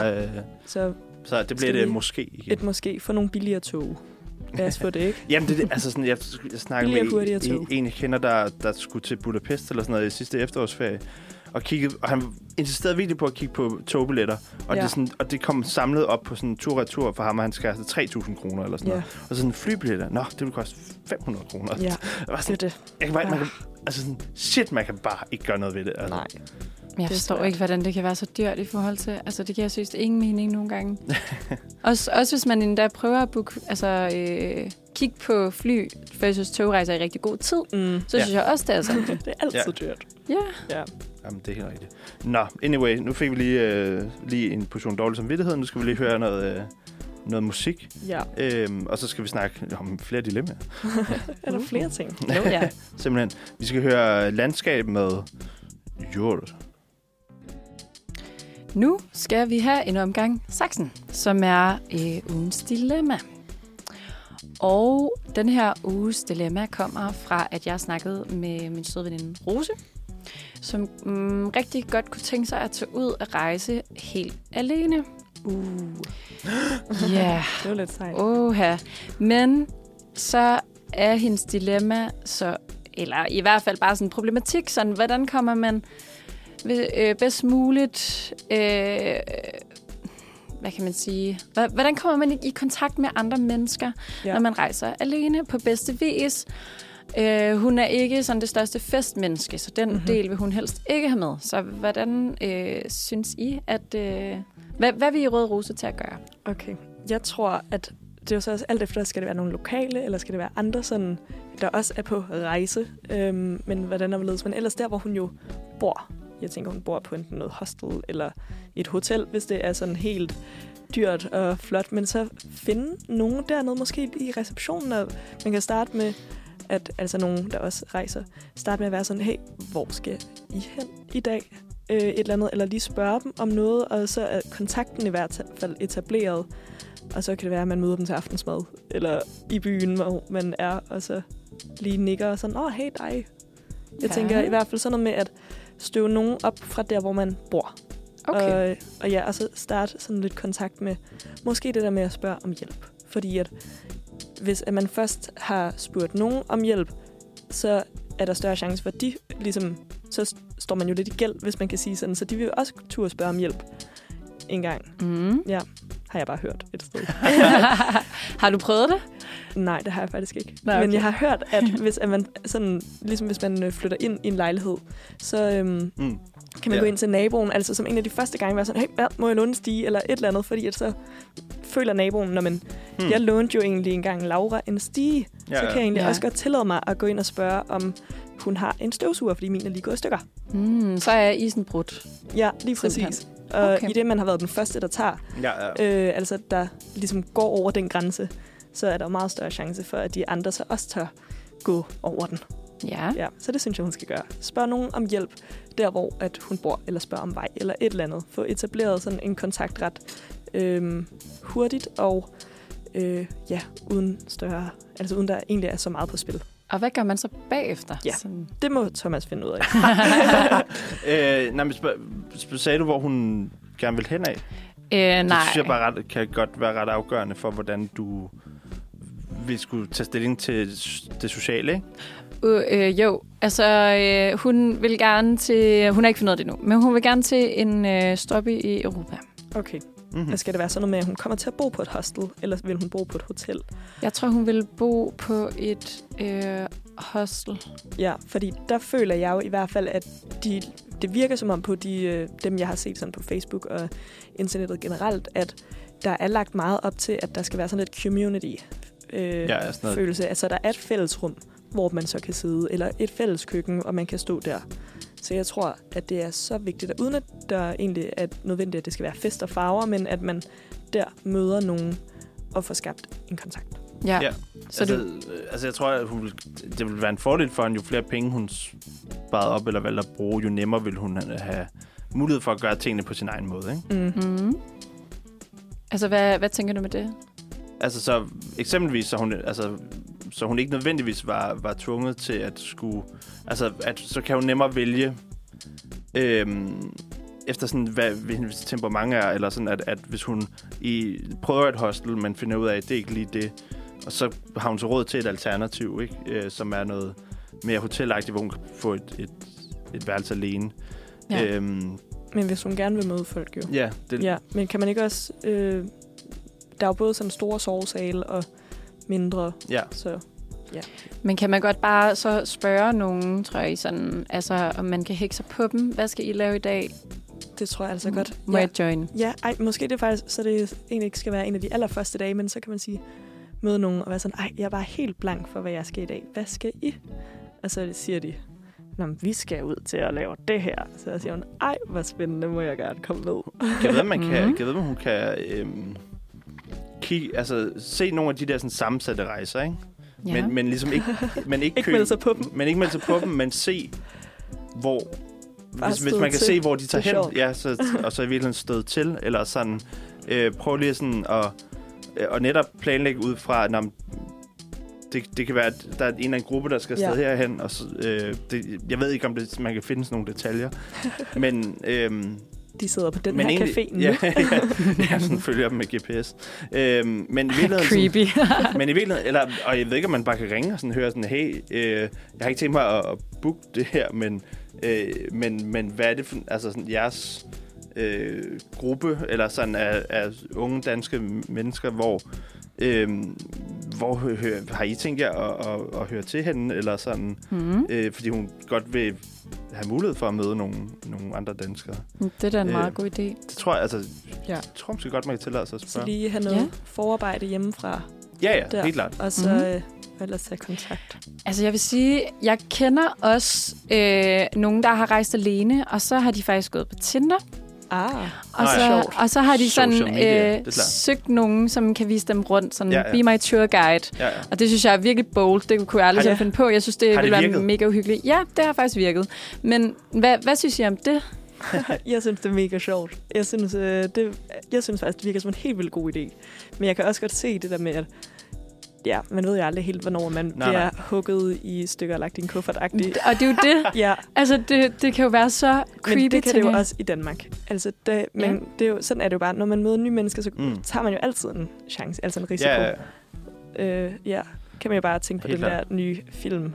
Så det bliver det måske igen. Et måske for nogle billigere tog. Lad os få det, ikke? Jamen, det altså sådan, jeg snakker med en, jeg kender, der skulle til Budapest eller sådan noget i sidste efterårsferie. Og han insisterede virkelig på at kigge på togbilletter. Og det kom samlet op på sådan en tur-retur for ham, og han skal altså 3.000 kroner eller sådan noget. Og så sådan flybilletter. Nå, det vil koste 500 kroner. Ja, det er det. Man kan bare ikke gøre noget ved det. Altså. Nej. Men jeg forstår ikke, hvordan det kan være så dyrt i forhold til... Altså, det giver seriøst ingen mening nogle gange. også hvis man endda prøver at kigge på fly versus togrejser i rigtig god tid, så synes jeg også, det er sådan. Det er altid dyrt. Ja. Jamen, det er helt rigtigt. Nå, anyway, nu fik vi lige en portion dårlig samvittighed. Nu skal vi lige høre noget musik. Ja. Og så skal vi snakke om flere dilemmaer. Er der flere ting? Ja. Simpelthen. Vi skal høre Landskab med Jord. Nu skal vi have en omgang Saksen, som er ugens dilemma. Og den her uges dilemma kommer fra, at jeg snakkede med min søde veninde Rose, som rigtig godt kunne tænke sig at tage ud og rejse helt alene. Ja. Det var lidt sejt. Men så er hendes dilemma, eller i hvert fald bare sådan en problematik, sådan hvordan kommer man bedst muligt, hvad kan man sige, hvordan kommer man i kontakt med andre mennesker, når man rejser alene på bedste vis? Hun er ikke sådan det største festmenneske, så den del vil hun helst ikke have med. Så hvordan synes I, at... hvad vil I råde Rose til at gøre? Okay, jeg tror, at det er jo så også alt efter, skal det være nogle lokale, eller skal det være andre, sådan, der også er på rejse. Men hvordan er det? Men ellers der, hvor hun jo bor. Jeg tænker, hun bor på enten noget hostel eller et hotel, hvis det er sådan helt dyrt og flot. Men så finde nogen dernede, måske i receptionen. Og man kan starte med, at altså nogen, der også rejser, starte med at være sådan, hey, hvor skal I hen i dag? Et eller andet, eller lige spørge dem om noget, og så er kontakten i hvert fald etableret. Og så kan det være, at man møder dem til aftensmad, eller i byen, hvor man er, og så lige nikker og sådan, hey dig. Jeg tænker i hvert fald sådan noget med at støve nogen op fra der, hvor man bor. Okay. Og så starte sådan lidt kontakt med, måske det der med at spørge om hjælp. Fordi at hvis at man først har spurgt nogen om hjælp, så er der større chance for, at de ligesom, så står man jo lidt i gæld, hvis man kan sige sådan. Så de vil jo også turde spørge om hjælp en gang. Mm. Ja. Har jeg bare hørt et sted. Har du prøvet det? Nej, det har jeg faktisk ikke. Nej, okay. Men jeg har hørt, at hvis man sådan, ligesom hvis man flytter ind i en lejlighed, så kan man gå ind til naboen, altså som en af de første gange være sådan, hey, må jeg låne en stige, eller et eller andet, fordi at så føler naboen, når man... Jeg lånte jo egentlig engang Laura en stige, så kan jeg egentlig også godt tillade mig at gå ind og spørge, om hun har en støvsuger, fordi min er lige gået i stykker. Så er isen brudt. Ja, lige præcis. Og i det, man har været den første, der tager, altså der ligesom går over den grænse, så er der meget større chance for, at de andre så også tør gå over den. Ja. Så det synes jeg, hun skal gøre. Spørg nogen om hjælp der, hvor at hun bor, eller spørg om vej, eller et eller andet. Få etableret sådan en kontaktret hurtigt, og uden der egentlig er så meget på spil. Og hvad gør man så bagefter? Ja, det må Thomas finde ud af. Sagde du, hvor hun gerne vil hen af? Nej. Det synes jeg bare kan godt være ret afgørende for, hvordan du vil skulle tage stilling til det sociale, ikke? Jo, altså hun vil gerne til... Hun har ikke fundet det endnu, men hun vil gerne til en stop i Europa. Okay. Mm-hmm. Skal det være sådan noget med, at hun kommer til at bo på et hostel, eller vil hun bo på et hotel? Jeg tror, hun vil bo på et hostel. Ja, fordi der føler jeg jo i hvert fald, at det virker som om på dem, jeg har set sådan på Facebook og internettet generelt, at der er lagt meget op til, at der skal være sådan et community-følelse. Altså, der er et fællesrum, hvor man så kan sidde, eller et fælles køkken, og man kan stå der. Så jeg tror, at det er så vigtigt, at uden at der egentlig er nødvendigt, at det skal være fest og farver, men at man der møder nogen og får skabt en kontakt. Ja. Så altså jeg tror, at det vil være en fordel for hende, jo flere penge hun sparede op eller valgte at bruge, jo nemmere vil hun have mulighed for at gøre tingene på sin egen måde, ikke? Mm-hmm. Altså, hvad tænker du med det? Altså, så eksempelvis, så hun ikke nødvendigvis var tvunget til at skulle... Altså, så kan hun nemmere vælge efter sådan, hvad hendes temperament er, eller sådan, at hvis hun prøver et hostel, men finder ud af, at det ikke lige det, og så har hun så råd til et alternativ, ikke? Som er noget mere hotelagtigt, hvor hun kan få et værelse alene. Ja. Men hvis hun gerne vil møde folk, jo. Ja. Ja, men kan man ikke også... der er jo både sådan store sovesale og mindre, så... Ja. Men kan man godt bare så spørge nogen, tror jeg, sådan, altså, om man kan hække sig på dem? Hvad skal I lave i dag? Det tror jeg altså godt. Må jeg join? Ja, måske det er faktisk, så det egentlig ikke skal være en af de allerførste dage, men så kan man sige, møde nogen og være sådan, jeg er bare helt blank for, hvad jeg skal i dag. Hvad skal I? Og så siger de, vi skal ud til at lave det her. Så siger hun, hvor spændende, må jeg gerne komme med. Jeg ved, om hun kan se nogle af de der sådan, sammensatte rejser, ikke? Ja. Men ligesom ikke melde sig på dem. Men ikke melde sig på dem, men se, hvor... Hvis man kan se, hvor de tager hen, og så i virkeligheden støde til, eller sådan, prøv lige sådan at netop planlægge ud fra, det kan være, at der er en eller anden gruppe, der skal afsted herhen, og så, jeg ved ikke, om man kan finde sådan nogle detaljer, men... de sidder på den her café nu. Ja, sådan følger dem med GPS. Men i virkeligheden... Creepy. Men i virkeligheden... Og jeg ved ikke, om man bare kan ringe og sådan, høre sådan, hey, jeg har ikke tænkt mig at booke det her, men hvad er det for... Altså sådan, jeres gruppe, eller sådan af unge danske mennesker, hvor har I tænkt jer at høre til hende, eller sådan, fordi hun godt vil have mulighed for at møde nogle andre danskere. Det er da en meget god idé. Det tror jeg, tror måske godt, man kan tillade sig at spørge. Så lige have noget forarbejde hjemmefra. Ja, helt klart. Og så ellers tage kontakt. Altså jeg vil sige, jeg kender også nogen, der har rejst alene, og så har de faktisk gået på Tinder. Og så har de sådan søgt nogen, som kan vise dem rundt, sådan be my tour guide. Ja. Og det synes jeg er virkelig bold. Det kunne jeg aldrig selv finde på. Jeg synes, det ville være mega uhyggeligt. Ja, det har faktisk virket. Men hvad synes I om det? Jeg synes, det er mega sjovt. Jeg synes faktisk, det virker som en helt vildt god idé. Men jeg kan også godt se det der med, at man ved jo aldrig helt, hvornår man bliver hugget i stykker og lagt i en kuffert-agtigt. Og det er jo det. Altså, det kan jo være så creepy. Men det kan det jo også i Danmark. Altså, men det er jo, sådan er det jo bare. Når man møder nye mennesker, så tager man jo altid en chance, altså en risiko. Kan man jo bare tænke på den der nye film,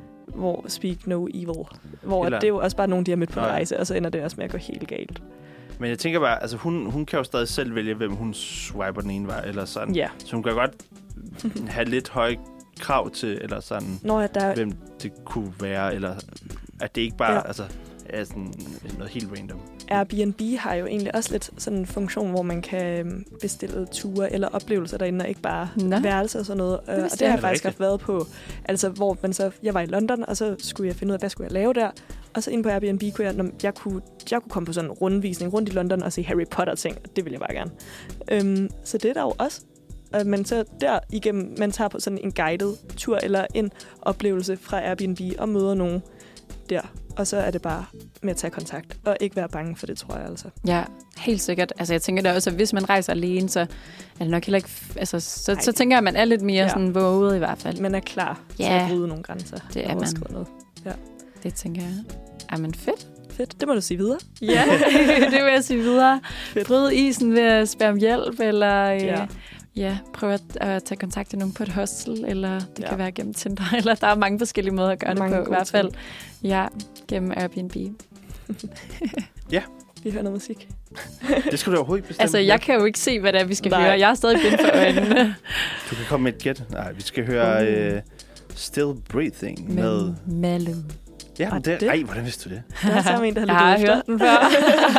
hvor Speak No Evil. Hvor det er jo også bare nogen, de har mødt på en rejse, og så ender det også med at gå helt galt. Men jeg tænker bare, altså hun kan jo stadig selv vælge, hvem hun swiper den ene vej, eller sådan. Ja. Så hun kan godt have lidt høje krav til, eller sådan, hvem det kunne være, eller at det ikke bare er sådan noget helt random. Airbnb har jo egentlig også lidt sådan en funktion, hvor man kan bestille ture eller oplevelser derinde, og ikke bare værelser og sådan noget. Og det har jeg faktisk haft været på. Altså, hvor jeg var i London, og så skulle jeg finde ud af, hvad skulle jeg lave der. Og så inde på Airbnb kunne jeg kunne komme på sådan en rundvisning rundt i London og se Harry Potter-ting. Det ville jeg bare gerne. Så det er der jo også. Men så derigennem, man tager på sådan en guided tur eller en oplevelse fra Airbnb og møder nogen der. Og så er det bare med at tage kontakt og ikke være bange for det, tror jeg altså. Ja, helt sikkert. Altså jeg tænker da også, at hvis man rejser alene, så er det nok heller ikke... Altså, så tænker jeg, at man er lidt mere sådan våget i hvert fald. Man er klar til at bryde nogle grænser. Det er man. Noget. Ja. Det tænker jeg. Jamen fedt. Fedt. Det må du sige videre. Ja, det vil jeg sige videre. Bryde isen ved at spørge om hjælp, eller... prøv at tage kontakt til nogen på et hostel, eller det kan være gennem Tinder, eller der er mange forskellige måder at gøre det på, i hvert fald. Ja, gennem Airbnb. Ja. Vi hører noget musik. Det skal du overhovedet ikke bestemme. Altså, jeg kan jo ikke se, hvad det er, vi skal høre. Jeg er stadig bind for øjnene. Du kan komme med et gæt. Nej, vi skal høre Still Breathing med... Malum. Ja, men det... Ej, hvordan vidste du det? Der er sammen en, der har lidt hørt den før.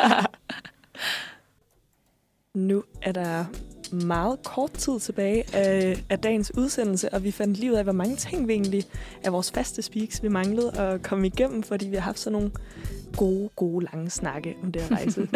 Nu er der meget kort tid tilbage af dagens udsendelse, og vi fandt lige ud af, hvor mange ting vi egentlig af vores faste speaks, vi manglede at komme igennem, fordi vi har haft sådan nogle gode lange snakke om det at rejse.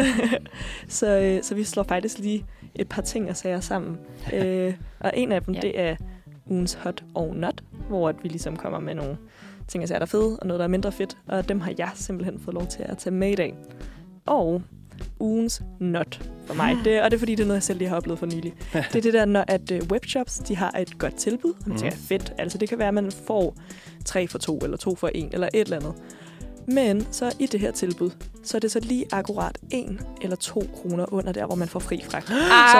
så vi slår faktisk lige et par ting og sager sammen. Og en af dem, det er ugens hot og not, hvor vi ligesom kommer med nogle ting og sager, der er fede, og noget, der er mindre fedt, og dem har jeg simpelthen fået lov til at tage med i dag. Og ugens not for mig. Og det er fordi, det er noget, jeg selv lige har oplevet for nylig. Det er det der, når at webshops, de har et godt tilbud. Og man tænker, fedt. Altså, det kan være, at man får 3 for 2, eller 2 for 1, eller et eller andet. Men så i det her tilbud, så er det så lige akkurat 1 eller 2 kroner under der, hvor man får fri fragt. Så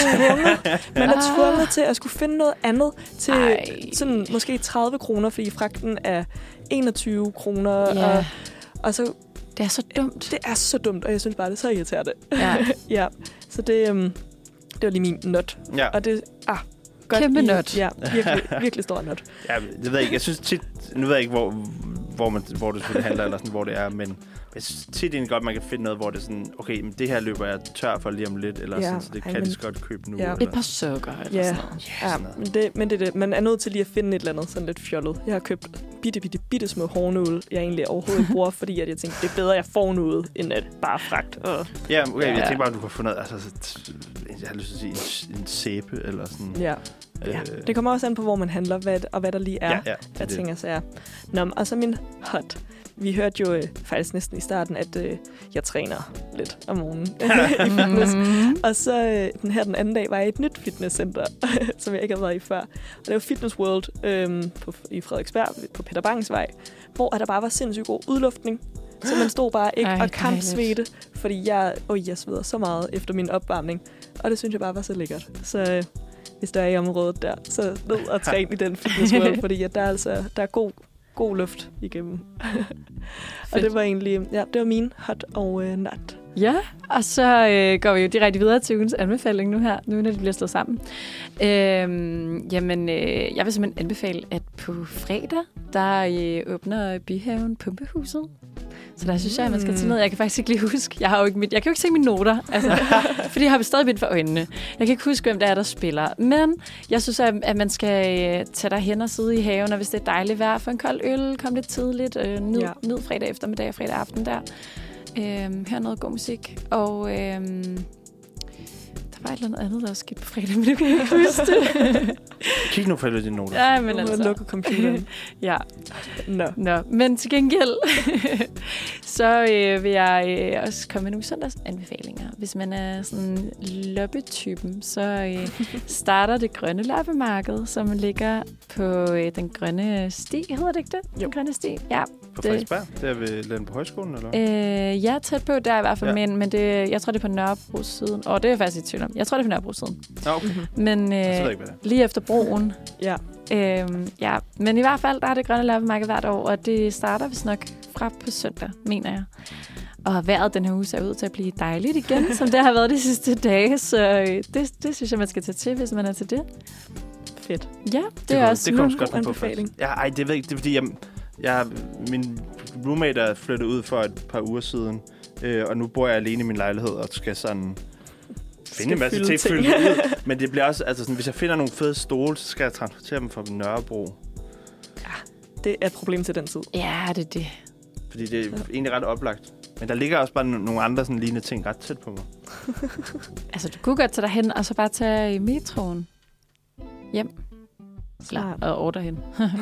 man er tvunget til at skulle finde noget andet til sådan måske 30 kroner, fordi fragten er 21 kroner. Og så det er så dumt. Det er så dumt, og jeg synes bare, det er så irriterende. Ja. Så det var lige min not. Ja. Og det godt kæmpe not. Ja, virkelig stor not. Ja, det ved jeg ikke. Jeg synes tit, nu ved jeg ikke, hvor det selvfølgelig handler, eller sådan, hvor det er, men jeg synes tit egentlig godt, man kan finde noget, hvor det er sådan, okay, men det her løber jeg tør for lige om lidt, eller sådan, så det kan jeg godt købe nu. Ja. Eller. Et par sukker, eller sådan noget. Men det er det. Man er nødt til lige at finde et eller andet sådan lidt fjollet. Jeg har købt bitte små hårnåle, jeg egentlig overhovedet ikke bruger, fordi at jeg tænkte, det er bedre, at jeg får noget, end at bare fragt. Ja, okay, jeg tænker bare, at du kan få noget, altså, jeg har lyst til at sige en sæbe, eller sådan. Ja. Det kommer også an på, hvor man handler, og hvad der lige er. Jeg tænker så er. Nå, og så min hot. Vi hørte jo faktisk næsten i starten, at jeg træner lidt om morgenen i fitness. Og så den anden dag var jeg i et nyt fitnesscenter, som jeg ikke havde været i før. Og det var Fitness World i Frederiksberg på Peter Bangs Vej, hvor der bare var sindssygt god udluftning. Så man stod bare ikke og kampsvedte, fordi jeg sveder så meget efter min opvarmning. Og det synes jeg bare var så lækkert. Så hvis der er i området der, så ned og træne i den Fitness World, fordi at der er god luft igennem. Og det var egentlig, det var min hot og not. Ja, og så går vi jo direkte videre til ugens anbefaling nu her, når det bliver slået sammen. Jeg vil simpelthen anbefale, at på fredag, der åbner Byhaven Pumpehuset. Så der synes jeg, at man skal tage ned. Jeg kan faktisk ikke lige huske. Jeg kan jo ikke se mine noter, altså, fordi jeg har stadig bind for øjnene. Jeg kan ikke huske, hvem det er, der spiller. Men jeg synes, at man skal tage derhen og sidde i haven, og hvis det er dejligt vejr, få en kold øl, kom lidt tidligt, ned fredag eftermiddag og fredag aften der. Hør noget god musik. Og der var et eller andet, der var sket på fredag, men det kan jeg ikke huske det. Kig nu for dine noter. Ja, men altså. Lukke computeren. Ja. Nå. Men til gengæld, så vil jeg også komme med nogle søndagsanbefalinger. Hvis man er sådan loppetypen, så starter det grønne loppemarked, som ligger på den grønne sti. Hedder det ikke det? Jo. Den grønne sti? Ja. På Frederiksberg? Det er ved Lande på Højskolen, eller? Ja, tæt på der i hvert fald, men jeg tror, det er på Nørrebro-siden. Det er jeg faktisk i tvivl om. Jeg tror, det er på Nørrebro-siden. Okay. Men lige efter broen. Ja. Men i hvert fald, der er det grønne loppemarked hvert år, og det starter vist nok fra på søndag, mener jeg. Og vejret den her uge ser ud til at blive dejligt igen, som det har været de sidste dage. Så det synes jeg, man skal tage til, hvis man er til det. Fedt. Ja, det er også en god anbefaling. Ja, ej, det er fordi, min roommate er flyttet ud for et par uger siden, og nu bor jeg alene i min lejlighed og skal sådan finde en masse ting fyldt ud. Men det bliver også, altså sådan, hvis jeg finder nogle fede stole, så skal jeg transportere dem fra Nørrebro. Ja, det er et problem til den tid. Ja, det er det. Fordi det er egentlig ret oplagt. Men der ligger også bare nogle andre sådan lignende ting ret tæt på mig. Altså, du kunne godt tage derhen, og så bare tage metroen hjem. Eller ordre hen.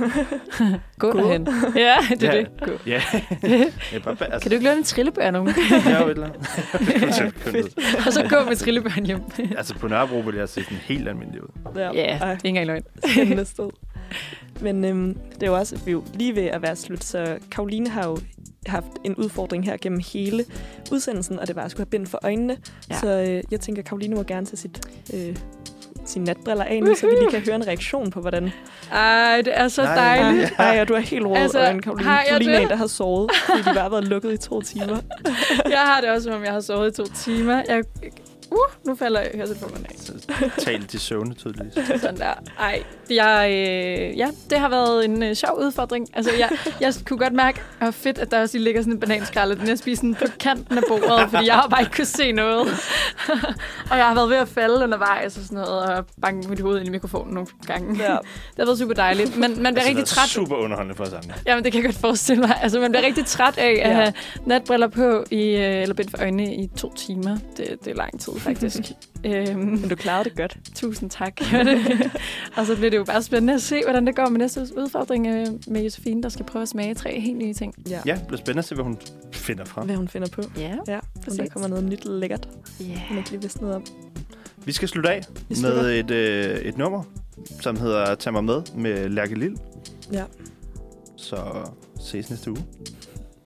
Gå derhen. Ja, det er det. Gå. Ja. Kan du ikke låne en trillebør nogen? Ja, jo et eller andet. Og så gå med trillebøren hjem. Altså på Nørrebro vil jeg se sådan helt almindelig ud. Ja, det er ikke engang løgn. Spændende sted. Men det er jo også, vi er jo lige ved at være slut, så Karoline har jo haft en udfordring her gennem hele udsendelsen, og det var at skulle have bind for øjnene. Ja. Så jeg tænker, at Karoline må gerne tage sine natbriller af nu, så vi lige kan høre en reaktion på, hvordan... Ej, det er så dejligt. Ej, og du er helt rød altså, øjne, Karoline. Du ligner en, der har sovet, fordi de bare har været lukket i 2 timer. Jeg har det også, som om jeg har sovet i 2 timer. Nu falder høretelefonerne af. Tal til søvne, tydeligvis. Sådan der. Ej, det har været en sjov udfordring. Altså, jeg kunne godt mærke, at det var fedt, at der også ligger sådan en bananskrald, og den er spist på kanten af bordet, fordi jeg har bare ikke kunne se noget. Og jeg har været ved at falde undervejs og sådan noget, og banke mit hoved ind i mikrofonen nogle gange. Ja. Det har været super dejligt. Men man bliver rigtig træt. Super underholdende for os andre. Jamen, det kan jeg godt forestille mig. Altså, man bliver rigtig træt af at have natbriller på, eller bind for øjnene i 2 timer. Det er lang tid, faktisk. Men du klarede det godt. Tusind tak. Og så bliver det jo bare spændende at se, hvordan det går med næste udfordring med Josefine, der skal prøve at smage 3 helt nye ting. Ja, det bliver spændende at se, hvad hun finder frem. Hvad hun finder på. Ja, om der kommer noget nyt lækkert. Man ikke lige vidste noget om. Vi skal slutte af med et nummer, som hedder Tag mig med Lærke Lille. Ja. Så ses næste uge.